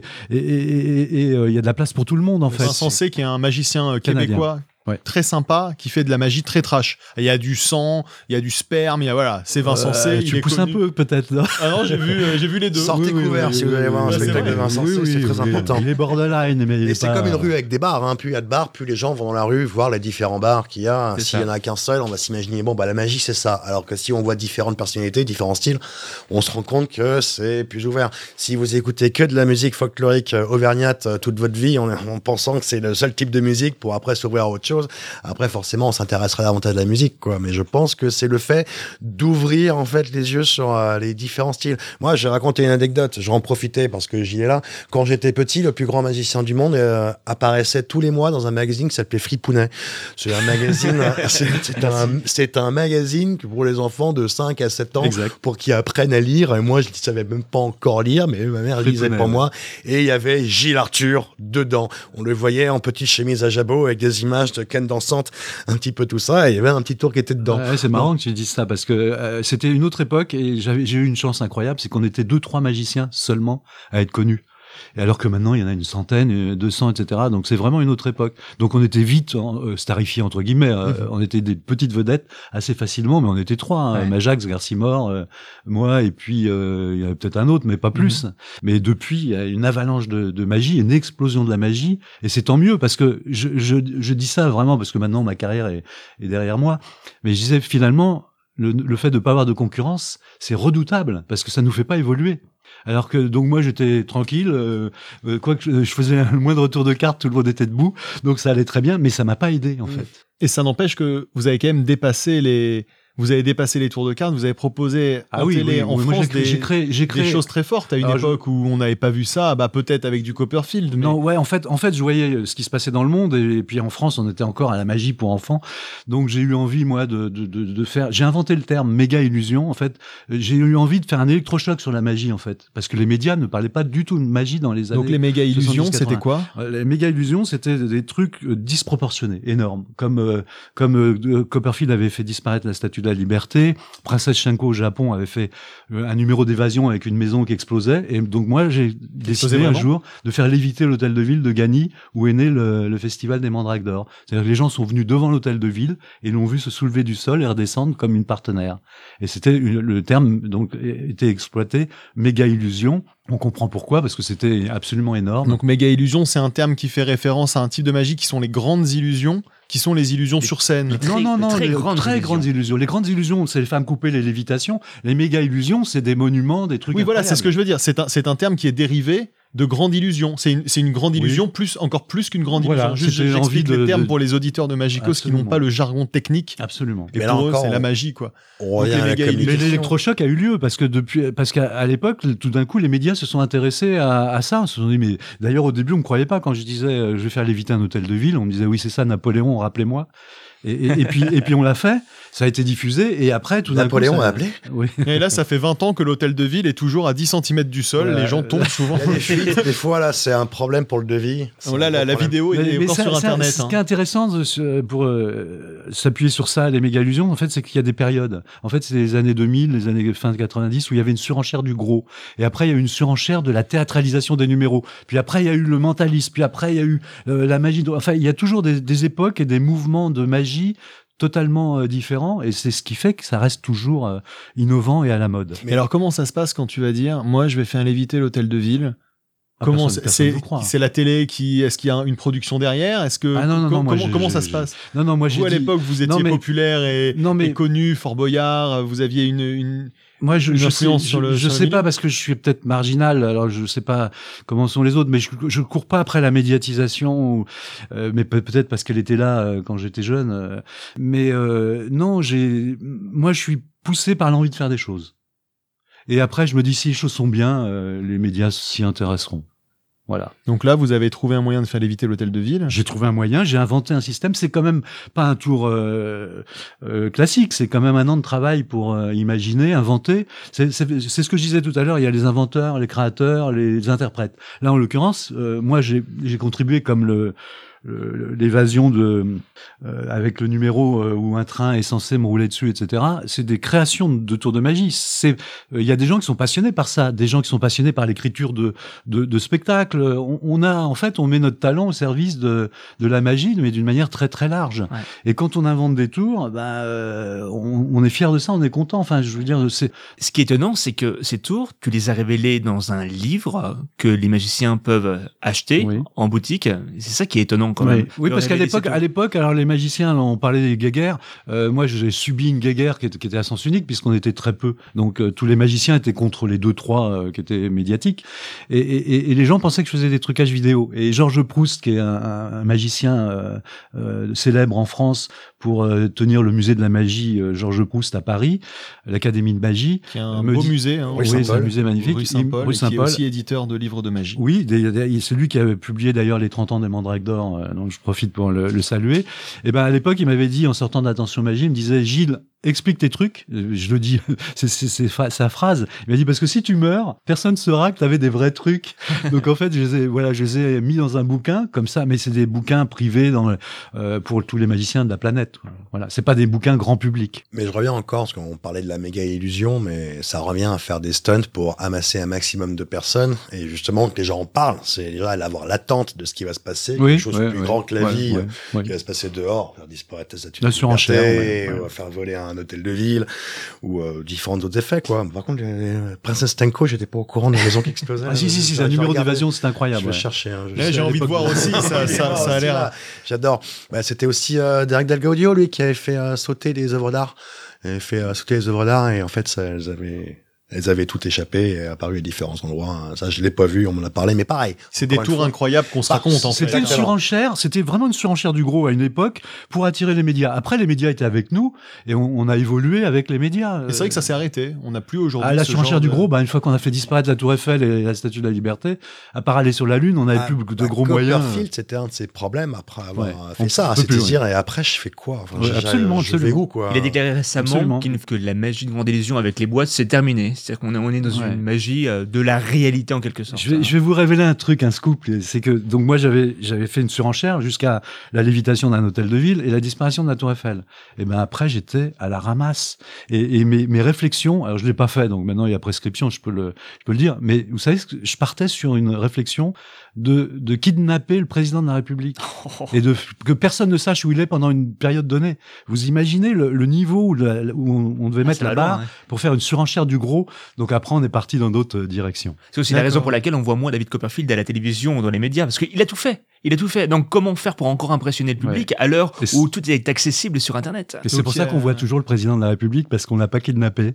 il y a de la place pour tout le monde en fait. Vincent C qui est un magicien québécois. Ouais. Très sympa, qui fait de la magie très trash. Il y a du sang, il y a du sperme, voilà, c'est Vincent C. Tu pousses un peu peut-être là. Ah non, j'ai vu les deux. Sortez couvert si vous allez voir un spectacle de Vincent C, c'est très important. Il est borderline, mais et c'est comme une rue avec des bars, hein. Plus il y a de bars, plus les gens vont dans la rue voir les différents bars qu'il y a. S'il y en a qu'un seul, on va s'imaginer, la magie c'est ça. Alors que si on voit différentes personnalités, différents styles, on se rend compte que c'est plus ouvert. Si vous écoutez que de la musique folklorique auvergnate toute votre vie, en pensant que c'est le seul type de musique pour après s'ouvrir à autre chose, après forcément on s'intéresserait davantage à la musique, quoi. Mais je pense que c'est le fait d'ouvrir en fait les yeux sur les différents styles. Moi, j'ai raconté une anecdote, je vais en profiter parce que j'y ai là. Quand j'étais petit, le plus grand magicien du monde apparaissait tous les mois dans un magazine qui s'appelait Fripounet. C'est un magazine, c'est un magazine pour les enfants de 5 à 7 ans, exact, pour qu'ils apprennent à lire. Et moi, je ne savais même pas encore lire, mais ma mère lisait pour moi. Et il y avait Gilles Arthur dedans. On le voyait en petite chemise à jabot avec des images de Ken dansante, un petit peu tout ça, et il y avait un petit tour qui était dedans. Ouais, c'est marrant que tu dises ça, parce que c'était une autre époque, et j'ai eu une chance incroyable, c'est qu'on était 2-3 magiciens seulement à être connus. Et alors que maintenant, il y en a une centaine, 200, etc. Donc, c'est vraiment une autre époque. Donc, on était vite starifiés, entre guillemets. On était des petites vedettes assez facilement, mais on était 3. Hein. Ouais. Majax, Garcimore, moi, et puis il y avait peut-être un autre, mais pas plus. Mais depuis, il y a une avalanche de magie, une explosion de la magie. Et c'est tant mieux, parce que je dis ça vraiment, parce que maintenant, ma carrière est derrière moi. Mais je disais, finalement, le fait de ne pas avoir de concurrence, c'est redoutable, parce que ça ne nous fait pas évoluer. Alors que donc moi j'étais tranquille, quoi que je faisais le moindre tour de carte, tout le monde était debout, donc ça allait très bien, mais ça m'a pas aidé en fait. Et ça n'empêche que vous avez quand même dépassé les tours de cartes, vous avez proposé en télé en France j'ai créé des choses très fortes à une époque où on n'avait pas vu ça, peut-être avec du Copperfield. Mais... Non, ouais, en fait, je voyais ce qui se passait dans le monde, et puis en France, on était encore à la magie pour enfants, donc j'ai eu envie, moi, de faire... J'ai inventé le terme méga illusion, en fait. J'ai eu envie de faire un électrochoc sur la magie, en fait, parce que les médias ne parlaient pas du tout de magie dans les années... Donc les méga illusions, c'était quoi ? Les méga illusions, c'était des trucs disproportionnés, énormes, comme Copperfield avait fait disparaître la statue de la liberté. Princesse Shinko au Japon avait fait un numéro d'évasion avec une maison qui explosait, et donc moi j'ai décidé un jour de faire léviter l'hôtel de ville de Gagny où est né le festival des Mandrakes d'Or. C'est-à-dire que les gens sont venus devant l'hôtel de ville et l'ont vu se soulever du sol et redescendre comme une partenaire. Et c'était le terme donc était exploité, méga illusion. On comprend pourquoi, parce que c'était absolument énorme. Donc méga illusion, c'est un terme qui fait référence à un type de magie qui sont les grandes illusions, qui sont les illusions sur scène. Non, très grandes illusions. Les grandes illusions, c'est les femmes coupées, les lévitations. Les méga illusions, c'est des monuments, des trucs. Oui, voilà, c'est ce que je veux dire. C'est un terme qui est dérivé de grande illusion. C'est une grande illusion, encore plus qu'une grande illusion. Juste, j'explique les termes pour les auditeurs de Magicos qui n'ont pas le jargon technique. Absolument. Et pour eux, c'est la magie, quoi. Mais l'électrochoc a eu lieu parce qu'à l'époque, tout d'un coup, les médias se sont intéressés à ça. Ils se sont dit, mais d'ailleurs, au début, on me croyait pas quand je disais, je vais faire léviter un hôtel de ville. On me disait, oui, c'est ça, Napoléon, rappelez-moi. Et puis on l'a fait, ça a été diffusé, et après tout d'un coup... Napoléon a appelé. Oui. Et là, ça fait 20 ans que l'hôtel de ville est toujours à 10 cm du sol, les gens tombent souvent. Il y a des fuites, des fois, là, c'est un problème pour le devis. Là, la vidéo est encore sur Internet. Ce qui est intéressant pour s'appuyer sur ça, les méga-illusions, en fait, c'est qu'il y a des périodes. En fait, c'est les années 2000, les années fin 90, où il y avait une surenchère du gros. Et après, il y a eu une surenchère de la théâtralisation des numéros. Puis après, il y a eu le mentalisme. Puis après, il y a eu la magie. Enfin, il y a toujours des époques et des mouvements de magie totalement différents, et c'est ce qui fait que ça reste toujours innovant et à la mode. Mais alors comment ça se passe quand tu vas dire moi je vais faire léviter l'hôtel de ville? Comment c'est la télé est-ce qu'il y a une production derrière? Est-ce que comment ça se passe? Non, moi vous à l'époque vous étiez populaire et connu, Fort Boyard, vous aviez une moi, je sais pas, parce que je suis peut-être marginal, alors je sais pas comment sont les autres, mais je cours pas après la médiatisation, mais peut-être parce qu'elle était là quand j'étais jeune. Mais non, moi, je suis poussé par l'envie de faire des choses. Et après, je me dis, si les choses sont bien, les médias s'y intéresseront. Voilà. Donc là, vous avez trouvé un moyen de faire léviter l'hôtel de ville. J'ai trouvé un moyen, j'ai inventé un système. C'est quand même pas un tour classique, c'est quand même un an de travail pour imaginer, inventer. C'est ce que je disais tout à l'heure, il y a les inventeurs, les créateurs, les interprètes. Là, en l'occurrence, moi, j'ai contribué comme l'évasion avec le numéro où un train est censé me rouler dessus, etc. C'est des créations de tours de magie. Il y a des gens qui sont passionnés par ça, des gens qui sont passionnés par l'écriture de spectacles. On met notre talent au service de la magie, mais d'une manière très très large. Ouais. Et quand on invente des tours, on est fier de ça, on est content. Enfin, je veux dire, Ce qui est étonnant, c'est que ces tours, tu les as révélés dans un livre que les magiciens peuvent acheter en boutique. C'est ça qui est étonnant quand même. Oui, parce qu'à l'époque, alors les magiciens, on parlait des guéguerres. Moi, j'ai subi une guéguerre qui était à sens unique puisqu'on était très peu. Donc tous les magiciens étaient contre les 2-3 qui étaient médiatiques. Et les gens pensaient que je faisais des trucages vidéo. Et Georges Proust, qui est un magicien célèbre en France pour tenir le musée de la magie Georges Proust à Paris, l'Académie de magie, qui est un beau musée. Oui, c'est un musée magnifique. Rue Saint-Paul, qui est aussi éditeur de livres de magie. Oui, c'est lui qui avait publié d'ailleurs les 30 ans des Mandrakes d'Or, donc je profite pour le saluer. Et ben à l'époque, il m'avait dit, en sortant d'Attention Magie, il me disait: Gilles, explique tes trucs. Je le dis, c'est sa phrase. Il m'a dit, parce que si tu meurs, personne ne saura que tu avais des vrais trucs. Donc en fait, je les ai mis dans un bouquin comme ça, mais c'est des bouquins privés pour tous les magiciens de la planète. Voilà, c'est pas des bouquins grand public. Mais je reviens encore, parce qu'on parlait de la méga illusion, mais ça revient à faire des stunts pour amasser un maximum de personnes, et justement que les gens en parlent. C'est déjà avoir l'attente de ce qui va se passer, quelque chose de plus grand que la vie, qui va se passer dehors, faire disparaître la statue de liberté, ou faire voler un hôtel de ville, ou différents autres effets, quoi. Par contre, Princesse Tenko, j'étais pas au courant des maisons qui explosaient. Ah si, c'est un numéro d'évasion, c'est incroyable. Je vais chercher. J'ai envie de voir aussi, ça a l'air. J'adore. C'était aussi Derek Del Gaudio, lui, qui avait fait sauter des œuvres d'art. Il avait fait sauter les œuvres d'art, et en fait, elles avaient tout échappé et apparu à différents endroits. Ça, je l'ai pas vu, on m'en a parlé, mais pareil. C'est des tours incroyables qu'on se raconte, en fait. C'était une surenchère, c'était vraiment une surenchère du gros à une époque pour attirer les médias. Après, les médias étaient avec nous et on a évolué avec les médias. Et c'est vrai que ça s'est arrêté. On n'a plus aujourd'hui. La surenchère du gros, une fois qu'on a fait disparaître la Tour Eiffel et la Statue de la Liberté, à part aller sur la Lune, on n'avait plus de gros moyens. Copperfield, c'était un de ses problèmes après avoir fait ça. C'est de dire, et après, je fais quoi? Absolument. Je vais où, quoi? Il a déclaré récemment que la magie de Grande Illusion avec les boîtes, c'est terminé. C'est-à-dire qu'on est dans une magie de la réalité en quelque sorte. Je vais vous révéler un truc, un scoop. C'est que donc moi j'avais fait une surenchère jusqu'à la lévitation d'un hôtel de ville et la disparition de la Tour Eiffel. Et ben après j'étais à la ramasse et mes réflexions. Alors je l'ai pas fait, donc maintenant il y a prescription, je peux le dire. Mais vous savez, je partais sur une réflexion de kidnapper le président de la République et que personne ne sache où il est pendant une période donnée. Vous imaginez le niveau où on devait mettre la barre pour faire une surenchère du gros. Donc après on est parti dans d'autres directions. C'est aussi la raison pour laquelle on voit moins David Copperfield à la télévision ou dans les médias, parce qu'il a tout fait. Donc comment faire pour encore impressionner le public à l'heure où tout est accessible sur Internet? Et c'est pour ça qu'on voit toujours le président de la République, parce qu'on l'a pas kidnappé.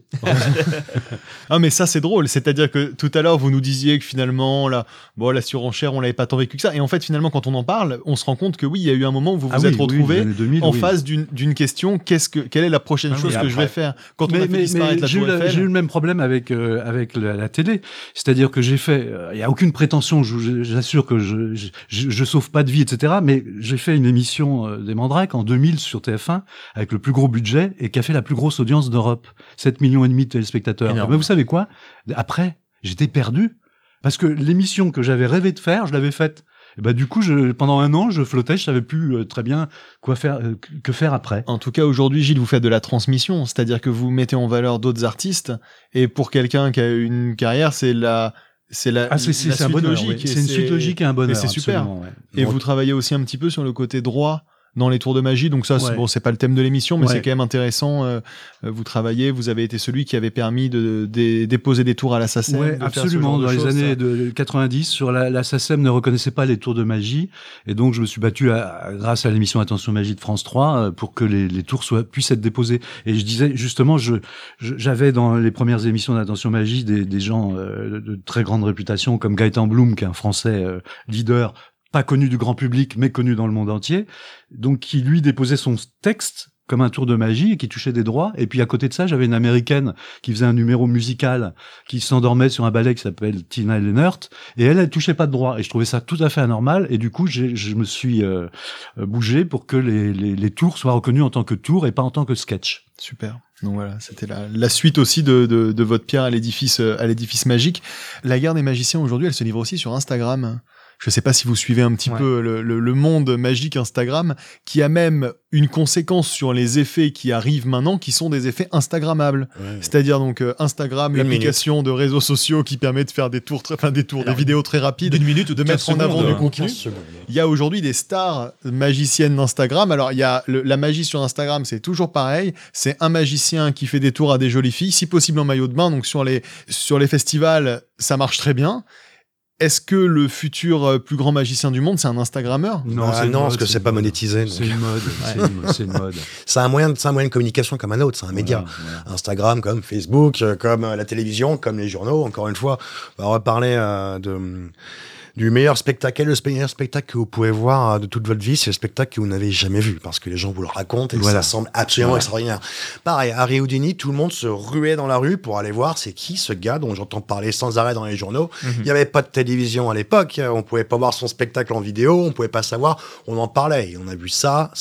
Ah mais ça c'est drôle, c'est-à-dire que tout à l'heure vous nous disiez que finalement la surenchère on l'avait pas tant vécu que ça, et en fait finalement quand on en parle, on se rend compte que oui, il y a eu un moment où vous vous êtes retrouvé en face d'une question, quelle est la prochaine chose que je vais faire quand on a fait disparaître la Tour Eiffel. J'ai eu le même problème avec la télé, c'est-à-dire que j'ai fait, il y a aucune prétention, j'assure que je sauve pas de vie, etc. Mais j'ai fait une émission des Mandrakes en 2000 sur TF1 avec le plus gros budget et qui a fait la plus grosse audience d'Europe, 7,5 millions de téléspectateurs. Mais vous savez quoi? Après, j'étais perdu parce que l'émission que j'avais rêvé de faire, je l'avais faite. Et du coup, pendant un an, je flottais, je savais plus très bien que faire après. En tout cas, aujourd'hui, Gilles, vous faites de la transmission, c'est-à-dire que vous mettez en valeur d'autres artistes, et pour quelqu'un qui a une carrière, c'est la suite logique. C'est une suite logique et un bonheur. Et c'est super. Et vous travaillez aussi un petit peu sur le côté droit dans les tours de magie, donc ça, c'est pas le thème de l'émission, mais c'est quand même intéressant. Vous travaillez, vous avez été celui qui avait permis de déposer des tours à la SACEM. Ouais, absolument. Dans les années de 90, sur la SACEM ne reconnaissait pas les tours de magie, et donc je me suis battu grâce à l'émission Attention Magie de France 3 pour que les tours puissent être déposés. Et je disais justement, j'avais dans les premières émissions d'Attention Magie des gens de très grande réputation comme Gaëtan Bloom, qui est un Français leader, pas connu du grand public, mais connu dans le monde entier, donc qui lui déposait son texte comme un tour de magie et qui touchait des droits. Et puis à côté de ça, j'avais une américaine qui faisait un numéro musical, qui s'endormait sur un ballet qui s'appelle Tina Leonard, et elle touchait pas de droits. Et je trouvais ça tout à fait anormal. Et du coup, je me suis bougé pour que les tours soient reconnus en tant que tours et pas en tant que sketch. Super. Donc voilà, c'était la suite aussi de votre pierre à l'édifice magique. La guerre des magiciens aujourd'hui, elle se livre aussi sur Instagram. Je sais pas si vous suivez un petit peu le monde magique Instagram, qui a même une conséquence sur les effets qui arrivent maintenant, qui sont des effets instagrammables. Ouais. C'est-à-dire donc Instagram, l'application de réseaux sociaux qui permet de faire des vidéos très rapides, d'une minute ou de mettre en avant du contenu. Il y a aujourd'hui des stars magiciennes d'Instagram. Alors il y a la magie sur Instagram, c'est toujours pareil. C'est un magicien qui fait des tours à des jolies filles, si possible en maillot de bain. Donc sur les festivals, ça marche très bien. Est-ce que le futur plus grand magicien du monde, c'est un Instagrammeur ? Non, parce que c'est pas monétisé. C'est une mode. C'est une mode. C'est un moyen de communication comme un autre. C'est un média. Voilà. Instagram, comme Facebook, comme la télévision, comme les journaux. Encore une fois, on va parler du meilleur spectacle. Le meilleur spectacle que vous pouvez voir de toute votre vie, c'est le spectacle que vous n'avez jamais vu, parce que les gens vous le racontent et ça semble absolument extraordinaire. Pareil, à Rio Houdini, tout le monde se ruait dans la rue pour aller voir c'est qui ce gars dont j'entends parler sans arrêt dans les journaux. Il n'y avait pas de télévision à l'époque, on pouvait pas voir son spectacle en vidéo, on pouvait pas savoir, on en parlait. Et on a vu ça.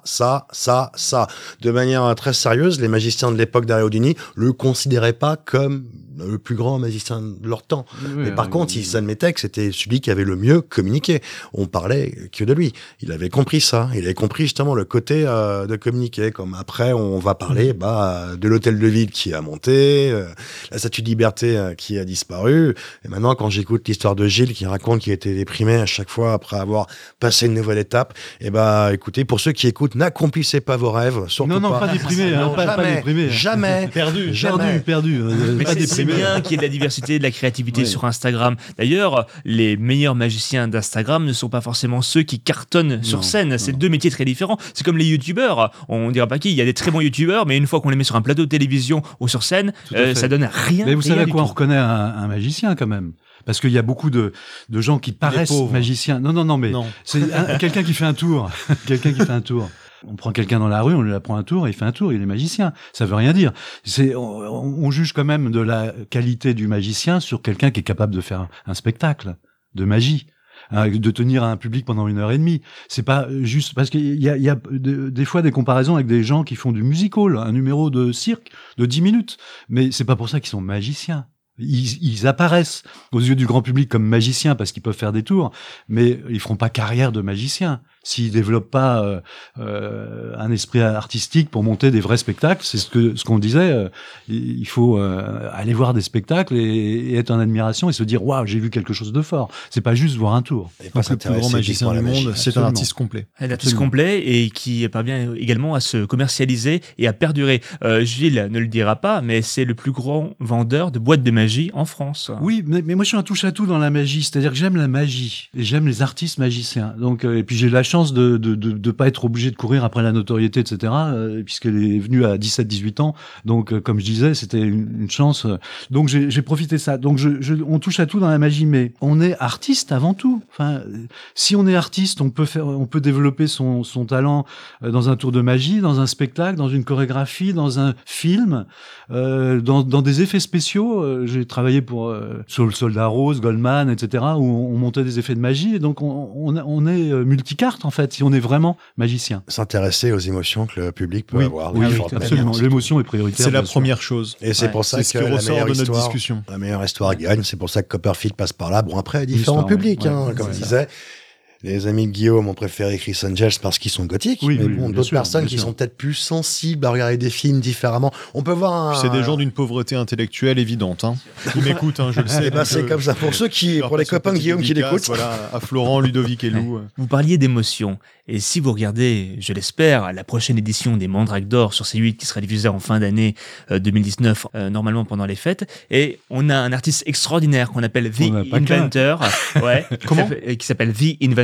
De manière très sérieuse, les magiciens de l'époque d'Ari Houdini le considéraient pas comme le plus grand magicien de leur temps. Mais par contre, ils admettaient que c'était celui qui avait le mieux communiqué. On parlait que de lui. Il avait compris ça. Il avait compris justement le côté de communiquer. Comme après, on va parler de l'hôtel de ville qui a monté, la statue de Liberté qui a disparu. Et maintenant, quand j'écoute l'histoire de Gilles qui raconte qu'il était déprimé à chaque fois après avoir passé une nouvelle étape, écoutez, pour ceux qui écoutent, n'accomplissez pas vos rêves. Surtout pas déprimé. Pas déprimé. Jamais. Perdu. Mais c'est bien qu'il y ait de la diversité, de la créativité sur Instagram. D'ailleurs, les meilleurs magiciens d'Instagram ne sont pas forcément ceux qui cartonnent sur scène. C'est deux métiers très différents. C'est comme les youtubeurs. On dira pas qui. Il y a des très bons youtubeurs, mais une fois qu'on les met sur un plateau de télévision ou sur scène, ça donne rien. Mais vous savez à quoi on reconnaît un magicien quand même ? Parce qu'il y a beaucoup de gens qui paraissent magiciens. Non, mais c'est quelqu'un qui fait un tour. On prend quelqu'un dans la rue, on lui apprend un tour, il fait un tour, il est magicien. Ça veut rien dire. On juge quand même de la qualité du magicien sur quelqu'un qui est capable de faire un spectacle de magie, de tenir un public pendant 1h30. C'est pas juste parce qu'il y a des fois des comparaisons avec des gens qui font du musical, un numéro de cirque de 10 minutes. Mais c'est pas pour ça qu'ils sont magiciens. Ils apparaissent aux yeux du grand public comme magiciens parce qu'ils peuvent faire des tours, mais ils feront pas carrière de magiciens. S'ils développent pas un esprit artistique pour monter des vrais spectacles, c'est ce qu'on disait. Il faut aller voir des spectacles et être en admiration et se dire waouh, j'ai vu quelque chose de fort. C'est pas juste voir un tour. Et pas le plus grand magicien du monde, c'est un artiste complet. Un artiste complet et qui parvient également à se commercialiser et à perdurer. Gilles ne le dira pas, mais c'est le plus grand vendeur de boîtes de magie en France. Oui, mais moi je suis un touche-à-tout dans la magie, c'est-à-dire que j'aime la magie et j'aime les artistes magiciens. Donc et puis j'ai la chance de pas être obligé de courir après la notoriété, etc. Puisqu'elle est venue à 17-18 ans. Donc comme je disais, c'était une chance. Donc j'ai profité de ça. Donc on touche à tout dans la magie, mais on est artiste avant tout. Enfin, si on est artiste, on peut développer son talent dans un tour de magie, dans un spectacle, dans une chorégraphie, dans un film, dans des effets spéciaux. J'ai travaillé sur le Soldat Rose, Goldman, etc. où on montait des effets de magie. Et donc on est multicarte en fait, si on est vraiment magicien. S'intéresser aux émotions que le public peut avoir. Oui, absolument. L'émotion est prioritaire. C'est la première chose. Et c'est pour ça que la meilleure de notre discussion. La meilleure histoire gagne. C'est pour ça que Copperfield passe par là. Bon, après, différents publics, comme je disais. Les amis de Guillaume ont préféré Chris Angels parce qu'ils sont gothiques. Oui, mais bon, d'autres personnes qui sont peut-être plus sensibles à regarder des films différemment. On peut voir C'est des gens d'une pauvreté intellectuelle évidente. Ils m'écoutent, je le sais. C'est comme ça. Pour les copains de Guillaume qui l'écoutent. Voilà, à Florent, Ludovic et Lou. Vous parliez d'émotion. Et si vous regardez, je l'espère, la prochaine édition des Mandrakes d'Or sur C8 qui sera diffusée en fin d'année 2019, normalement pendant les fêtes, et on a un artiste extraordinaire qu'on appelle The Inventor. Comment ? Qui s'appelle The Inventor.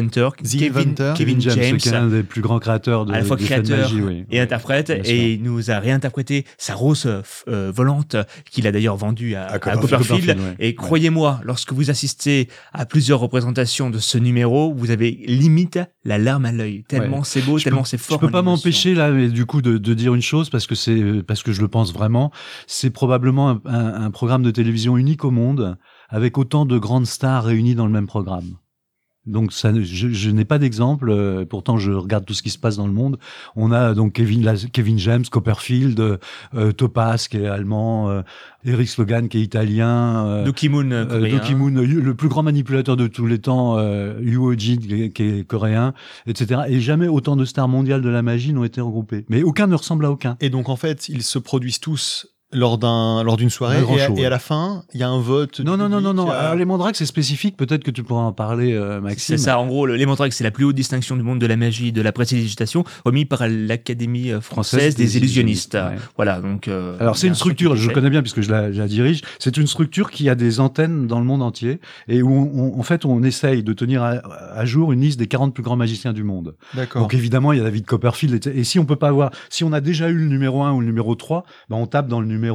inventor, Kevin James, qui est un des plus grands créateurs à la fois créateur de magie, et interprète, et il nous a réinterprété sa rose volante qu'il a d'ailleurs vendue à Copperfield. Et croyez-moi, lorsque vous assistez à plusieurs représentations de ce numéro, vous avez limite la larme à l'œil, tellement c'est beau, tellement c'est fort. Je peux pas m'empêcher là, mais du coup, de dire une chose parce que je le pense vraiment. C'est probablement un programme de télévision unique au monde, avec autant de grandes stars réunies dans le même programme. Donc je n'ai pas d'exemple. Pourtant, je regarde tout ce qui se passe dans le monde. On a donc Kevin James, Copperfield, Topaz qui est allemand, Eric Slogan qui est italien, Doki Moon, le plus grand manipulateur de tous les temps, Yuo Jin qui est coréen, etc. Et jamais autant de stars mondiales de la magie n'ont été regroupées. Mais aucun ne ressemble à aucun. Et donc en fait, ils se produisent tous lors d'une soirée et à la fin il y a un vote. Non. Alors, les mandrakes c'est spécifique, peut-être que tu pourras en parler, Maxime. C'est ça, en gros, les mandrakes c'est la plus haute distinction du monde de la magie, de la prestidigitation, remis par l'Académie française des illusionnistes. Ouais. Voilà, donc. Alors c'est une structure, je connais bien puisque je la dirige. C'est une structure qui a des antennes dans le monde entier et où en fait on essaye de tenir à jour une liste des 40 plus grands magiciens du monde. D'accord. Donc évidemment il y a David Copperfield et si on peut pas avoir, si on a déjà eu le numéro 1 ou le numéro 3, ben on tape dans le numéro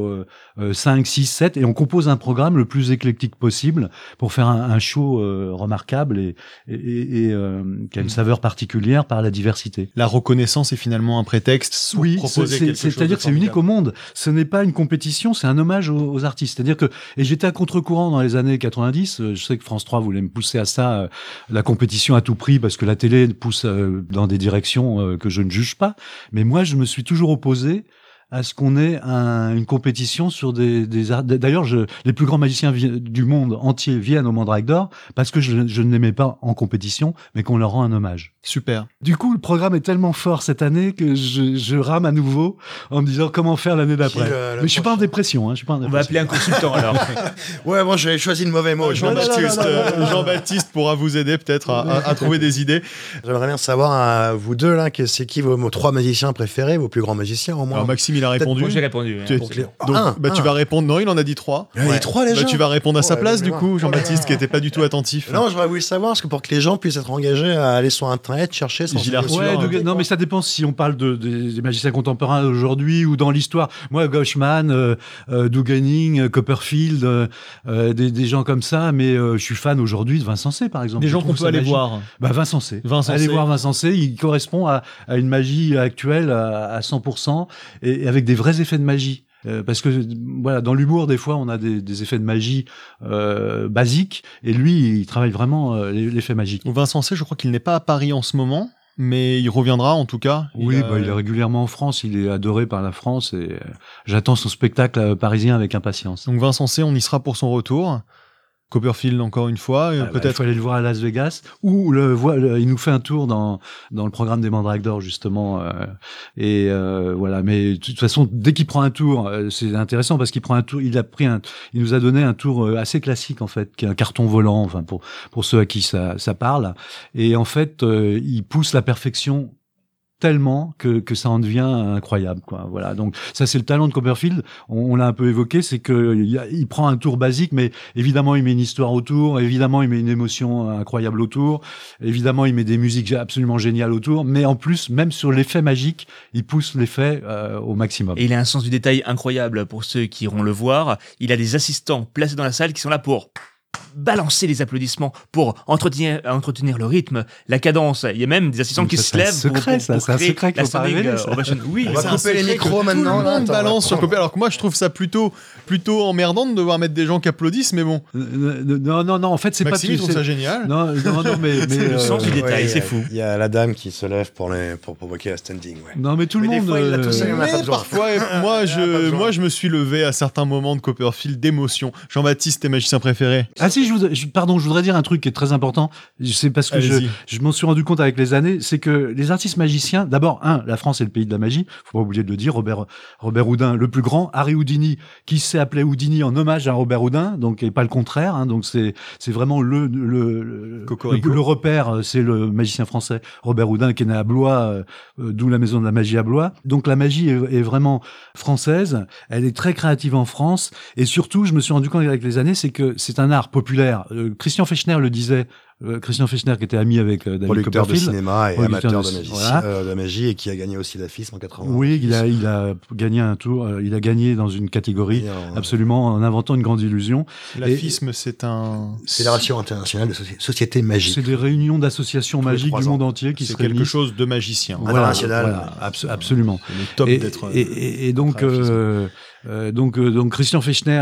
5, 6, 7 et on compose un programme le plus éclectique possible pour faire un show remarquable et qui a une saveur particulière par la diversité. La reconnaissance est finalement un prétexte pour proposer quelque chose. C'est-à-dire que c'est unique au monde. Ce n'est pas une compétition, c'est un hommage aux artistes. C'est-à-dire que, et j'étais à contre-courant dans les années 90, je sais que France 3 voulait me pousser à ça, la compétition à tout prix parce que la télé pousse dans des directions que je ne juge pas. Mais moi, je me suis toujours opposé à ce qu'on ait une compétition sur des arts. D'ailleurs, les plus grands magiciens du monde entier viennent au Mandrake d'Or parce que je ne les mets pas en compétition, mais qu'on leur rend un hommage. Super. Du coup, le programme est tellement fort cette année que je rame à nouveau en me disant comment faire l'année d'après. Mais je suis pas en dépression, hein. On va appeler un consultant alors. Ouais, moi j'ai choisi le mauvais mot. Jean-Baptiste pourra vous aider peut-être à trouver des idées. J'aimerais bien savoir, vous deux là, c'est qui vos 3 magiciens préférés, vos plus grands magiciens au moins. Alors Maxime il a répondu. Moi j'ai répondu. Tu vas répondre. Non, il en a dit 3. Il y en a dit 3 déjà. Tu vas répondre à sa place du coup, Jean-Baptiste qui était pas du tout attentif. Non, j'aurais voulu savoir parce que pour que les gens puissent être engagés à aller sur internet chercher. Non, mais ça dépend si on parle des magiciens contemporains aujourd'hui ou dans l'histoire. Moi, Gauchman, Doug Henning, Copperfield, des gens comme ça. Mais je suis fan aujourd'hui de Vincent C, par exemple. Des gens qu'on peut aller voir. Vincent C. Allez voir Vincent C. Il correspond à une magie actuelle à 100% et avec des vrais effets de magie. Parce que voilà, dans l'humour des fois on a des effets de magie basiques et lui il travaille vraiment l'effet magique. Vincent C, je crois qu'il n'est pas à Paris en ce moment, mais il reviendra en tout cas. Il est régulièrement en France, il est adoré par la France et j'attends son spectacle parisien avec impatience. Donc Vincent C, on y sera pour son retour. Copperfield encore une fois, peut-être. Il faut aller le voir à Las Vegas ou il nous fait un tour dans le programme des Mandrakes d'Or justement voilà. Mais de toute façon, dès qu'il prend un tour, c'est intéressant parce qu'il prend un tour. Il nous a donné un tour assez classique en fait, qui est un carton volant. Enfin pour ceux à qui ça parle. Et en fait, il pousse la perfection tellement que ça en devient incroyable, quoi. Voilà. Donc ça c'est le talent de Copperfield. On l'a un peu évoqué, c'est que il prend un tour basique, mais évidemment il met une histoire autour, évidemment il met une émotion incroyable autour, évidemment il met des musiques absolument géniales autour, mais en plus même sur l'effet magique, il pousse l'effet au maximum. Et il a un sens du détail incroyable pour ceux qui iront le voir. Il a des assistants placés dans la salle qui sont là pour balancer les applaudissements, pour entretenir le rythme, la cadence. Il y a même des assistants qui se lèvent pour créer la standing ovation. Oui, on va couper les micros maintenant. Tout le monde balance sur Copperfield, alors que moi je trouve ça plutôt emmerdant de devoir mettre des gens qui applaudissent, mais bon. Non, en fait c'est Maxime, pas. il trouve ça génial. Non, mais c'est le sens du détail, c'est fou. Il y a la dame qui se lève pour provoquer la standing. Ouais. Non, mais tout le monde. Des fois, il l'a tout seul, mais parfois, moi je me suis levé à certains moments de Copperfield d'émotion. Jean-Baptiste, tes magiciens préférés? Ah si, je voudrais dire un truc qui est très important. C'est parce que je m'en suis rendu compte avec les années, c'est que les artistes magiciens, d'abord, la France est le pays de la magie, faut pas oublier de le dire, Robert Houdin, le plus grand, Harry Houdini, qui s'est appelé Houdini en hommage à Robert Houdin, donc, et pas le contraire, hein, donc c'est vraiment le repère, c'est le magicien français, Robert Houdin, qui est né à Blois, d'où la maison de la magie à Blois. Donc la magie est vraiment française, elle est très créative en France, et surtout, je me suis rendu compte avec les années, c'est que c'est un art populaire populaire. Christian Fechner le disait. Christian Fechner qui était ami avec David producteur de Copperfield, cinéma et producteur amateur de- de magie, voilà. de magie et qui a gagné aussi la FISM en 80. Oui, il a gagné un tour. Il a gagné dans une catégorie absolument en inventant une grande illusion. La Et- FISM, c'est un... Fédération internationale de sociétés magiques. C'est des réunions d'associations Tous les magiques 3 du ans. monde entier qui C'est se quelque réunissent. chose de magicien. Voilà, International. absolument. C'est le top Et, d'être... et donc, donc Christian Fechner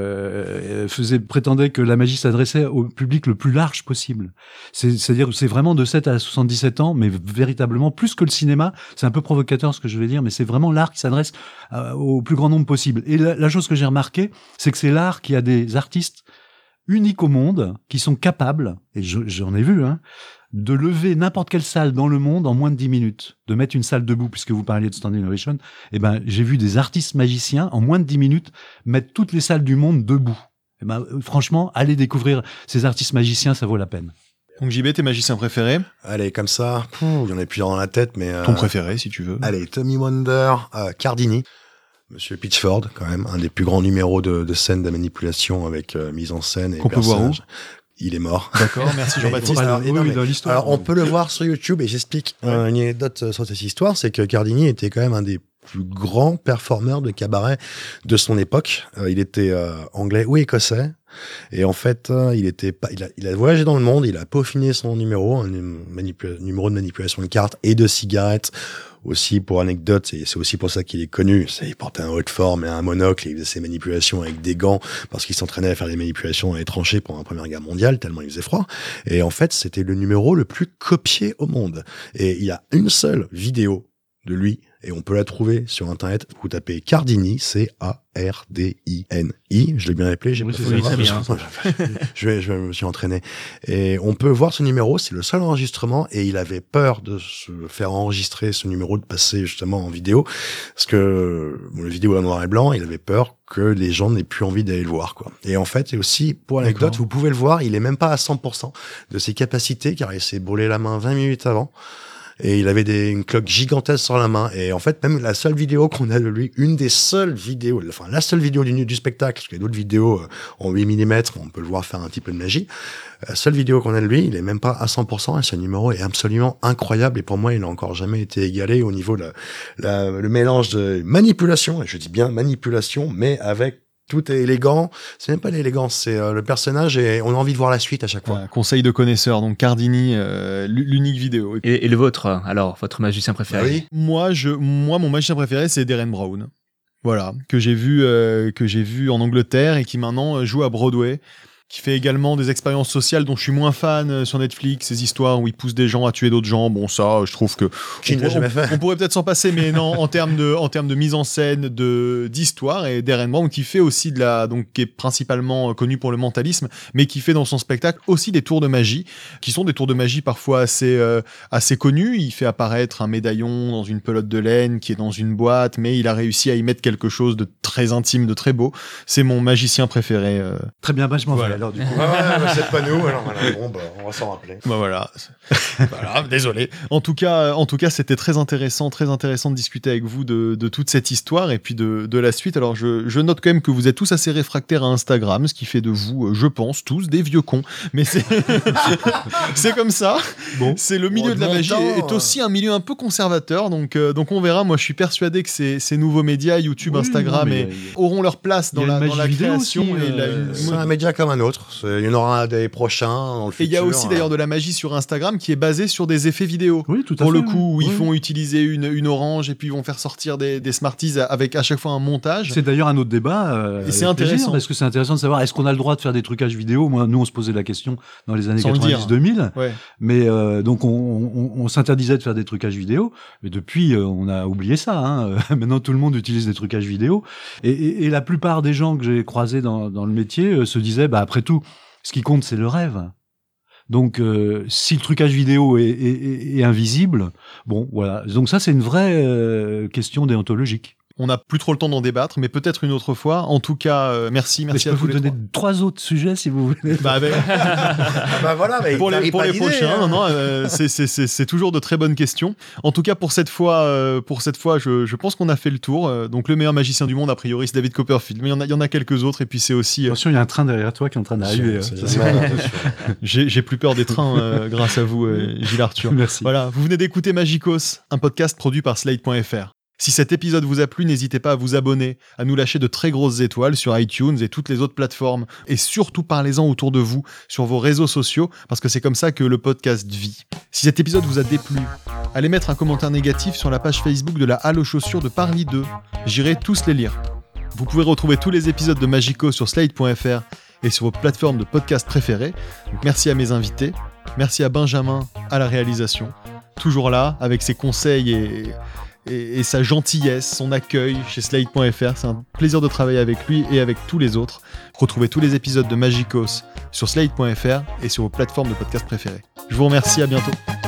prétendait que la magie s'adressait au public le plus large possible. C'est-à-dire, c'est vraiment de 7 à 77 ans, mais véritablement plus que le cinéma. C'est un peu provocateur ce que je vais dire, mais c'est vraiment l'art qui s'adresse au plus grand nombre possible. Et la chose que j'ai remarqué, c'est que c'est l'art qui a des artistes uniques au monde, qui sont capables, et j'en ai vu, hein, de lever n'importe quelle salle dans le monde en moins de 10 minutes, de mettre une salle debout, puisque vous parliez de Standing Ovation. Eh ben, j'ai vu des artistes magiciens en moins de 10 minutes mettre toutes les salles du monde debout. Eh ben, franchement, allez découvrir ces artistes magiciens, ça vaut la peine. Donc JB, tes magiciens préférés? Allez, comme ça, il y en a plusieurs dans la tête, mais... Ton préféré, si tu veux. Allez, Tommy Wonder, Cardini, Monsieur Pitchford, quand même, un des plus grands numéros de scène de manipulation avec mise en scène et Qu'on peut voir où? Il est mort. D'accord, merci Jean-Baptiste. Alors, Oui, non, mais- dans l'histoire. Alors, on peut le voir sur YouTube et j'explique une anecdote sur cette histoire, c'est que Cardini était quand même un des plus grands performeurs de cabaret de son époque. Il était anglais ou écossais. Et en fait, il a voyagé dans le monde, il a peaufiné son numéro, un numéro de manipulation de cartes et de cigarettes. Aussi, pour anecdote, et c'est aussi pour ça qu'il est connu, il portait un haut de forme et un monocle, il faisait ses manipulations avec des gants, parce qu'il s'entraînait à faire des manipulations dans les tranchées pendant la Première Guerre mondiale, tellement il faisait froid. Et en fait, c'était le numéro le plus copié au monde. Et il y a une seule vidéo de lui, et on peut la trouver sur Internet. Vous tapez Cardini, C-A-R-D-I-N-I. Je l'ai bien appelé, j'ai Oui, pas c'est fait ça, l'erreur, très parce que je me suis entraîné. Et on peut voir ce numéro, c'est le seul enregistrement, et il avait peur de se faire enregistrer ce numéro, de passer justement en vidéo, parce que le vidéo est en noir et blanc, il avait peur que les gens n'aient plus envie d'aller le voir, quoi. Et en fait, et aussi, pour l'anecdote, vous pouvez le voir, il est même pas à 100% de ses capacités, car il s'est brûlé la main 20 minutes avant. Et il avait une cloque gigantesque sur la main. Et en fait, même la seule vidéo qu'on a de lui, une des seules vidéos, enfin, la seule vidéo du spectacle, parce qu'il y a d'autres vidéos en 8 mm, on peut le voir faire un petit peu de magie. La seule vidéo qu'on a de lui, il est même pas à 100%, et ce numéro est absolument incroyable. Et pour moi, il n'a encore jamais été égalé au niveau de le mélange de manipulation, et je dis bien manipulation, mais avec tout est élégant. C'est même pas l'élégance, c'est le personnage et on a envie de voir la suite à chaque fois. Voilà, conseil de connaisseur, donc Cardini, l'unique vidéo. Et le vôtre, alors, votre magicien préféré? Oui. Moi, mon magicien préféré, c'est Darren Brown. Voilà, que j'ai vu en Angleterre et qui maintenant joue à Broadway, qui fait également des expériences sociales dont je suis moins fan sur Netflix, ces histoires où il pousse des gens à tuer d'autres gens. Bon, ça, je trouve que Qui ne l'a jamais fait. on pourrait peut-être s'en passer, mais non, en termes de mise en scène, d'histoire, et Darren Brown qui fait aussi qui est principalement connu pour le mentalisme, mais qui fait dans son spectacle aussi des tours de magie, qui sont des tours de magie parfois assez connus. Il fait apparaître un médaillon dans une pelote de laine qui est dans une boîte, mais il a réussi à y mettre quelque chose de très intime, de très beau. C'est mon magicien préféré. Très bien, je m'en vais Voilà. alors du coup. Ouais, c'est pas nous, alors voilà, bon, on va s'en rappeler. Bah voilà. Voilà, désolé. En tout cas, c'était très intéressant de discuter avec vous de toute cette histoire et puis de la suite. Alors, je note quand même que vous êtes tous assez réfractaires à Instagram, ce qui fait de vous, je pense, tous des vieux cons. Mais c'est comme ça. Bon. C'est le milieu de la magie est aussi un milieu un peu conservateur. Donc on verra. Moi, je suis persuadé que ces nouveaux médias, YouTube, Oui, Instagram, non, mais auront leur place il y dans a une la magie vidéo création aussi, et C'est un média comme un autre. Il y en aura des prochains dans le Et futur. il y a aussi d'ailleurs de la magie sur Instagram qui est basée sur des effets vidéo. Oui, tout à Pour fait. le coup, où oui. ils font utiliser une orange et puis ils vont faire sortir des Smarties avec à chaque fois un montage. C'est d'ailleurs un autre débat. Et c'est avec plaisir, intéressant. parce que c'est intéressant de savoir est-ce qu'on a le droit de faire des trucages vidéo. Moi, nous, on se posait la question dans les années Sans le dire. 90-2000. Ouais. Mais donc, on s'interdisait de faire des trucages vidéo. Mais depuis, on a oublié ça. Hein. Maintenant, tout le monde utilise des trucages vidéo. Et la plupart des gens que j'ai croisés dans le métier se disaient, bah, après tout, ce qui compte, c'est le rêve. Donc, si le trucage vidéo est invisible, bon, voilà. Donc ça, c'est une vraie question déontologique. On n'a plus trop le temps d'en débattre, mais peut-être une autre fois. En tout cas, merci Mais je à peux tous vous les donner trois. 3 autres sujets si vous voulez. Bah, voilà, mais pour les d'idée, prochains, hein. non, c'est toujours de très bonnes questions. En tout cas, pour cette fois, je pense qu'on a fait le tour. Donc, le meilleur magicien du monde, a priori, c'est David Copperfield. Mais il y en a quelques autres. Et puis, c'est aussi. Attention, il y a un train derrière toi qui est en train d'arriver. J'ai plus peur des trains grâce à vous, Gilles Arthur. Merci. Voilà, vous venez d'écouter Magicos, un podcast produit par Slate.fr. Si cet épisode vous a plu, n'hésitez pas à vous abonner, à nous lâcher de très grosses étoiles sur iTunes et toutes les autres plateformes. Et surtout, parlez-en autour de vous, sur vos réseaux sociaux, parce que c'est comme ça que le podcast vit. Si cet épisode vous a déplu, allez mettre un commentaire négatif sur la page Facebook de la Halle aux chaussures de Parly 2. J'irai tous les lire. Vous pouvez retrouver tous les épisodes de Magicos sur Slate.fr et sur vos plateformes de podcast préférées. Donc, merci à mes invités. Merci à Benjamin à la réalisation. Toujours là, avec ses conseils et sa gentillesse, son accueil chez Slate.fr. C'est un plaisir de travailler avec lui et avec tous les autres. Retrouvez tous les épisodes de Magicos sur Slate.fr et sur vos plateformes de podcast préférées. Je vous remercie, à bientôt.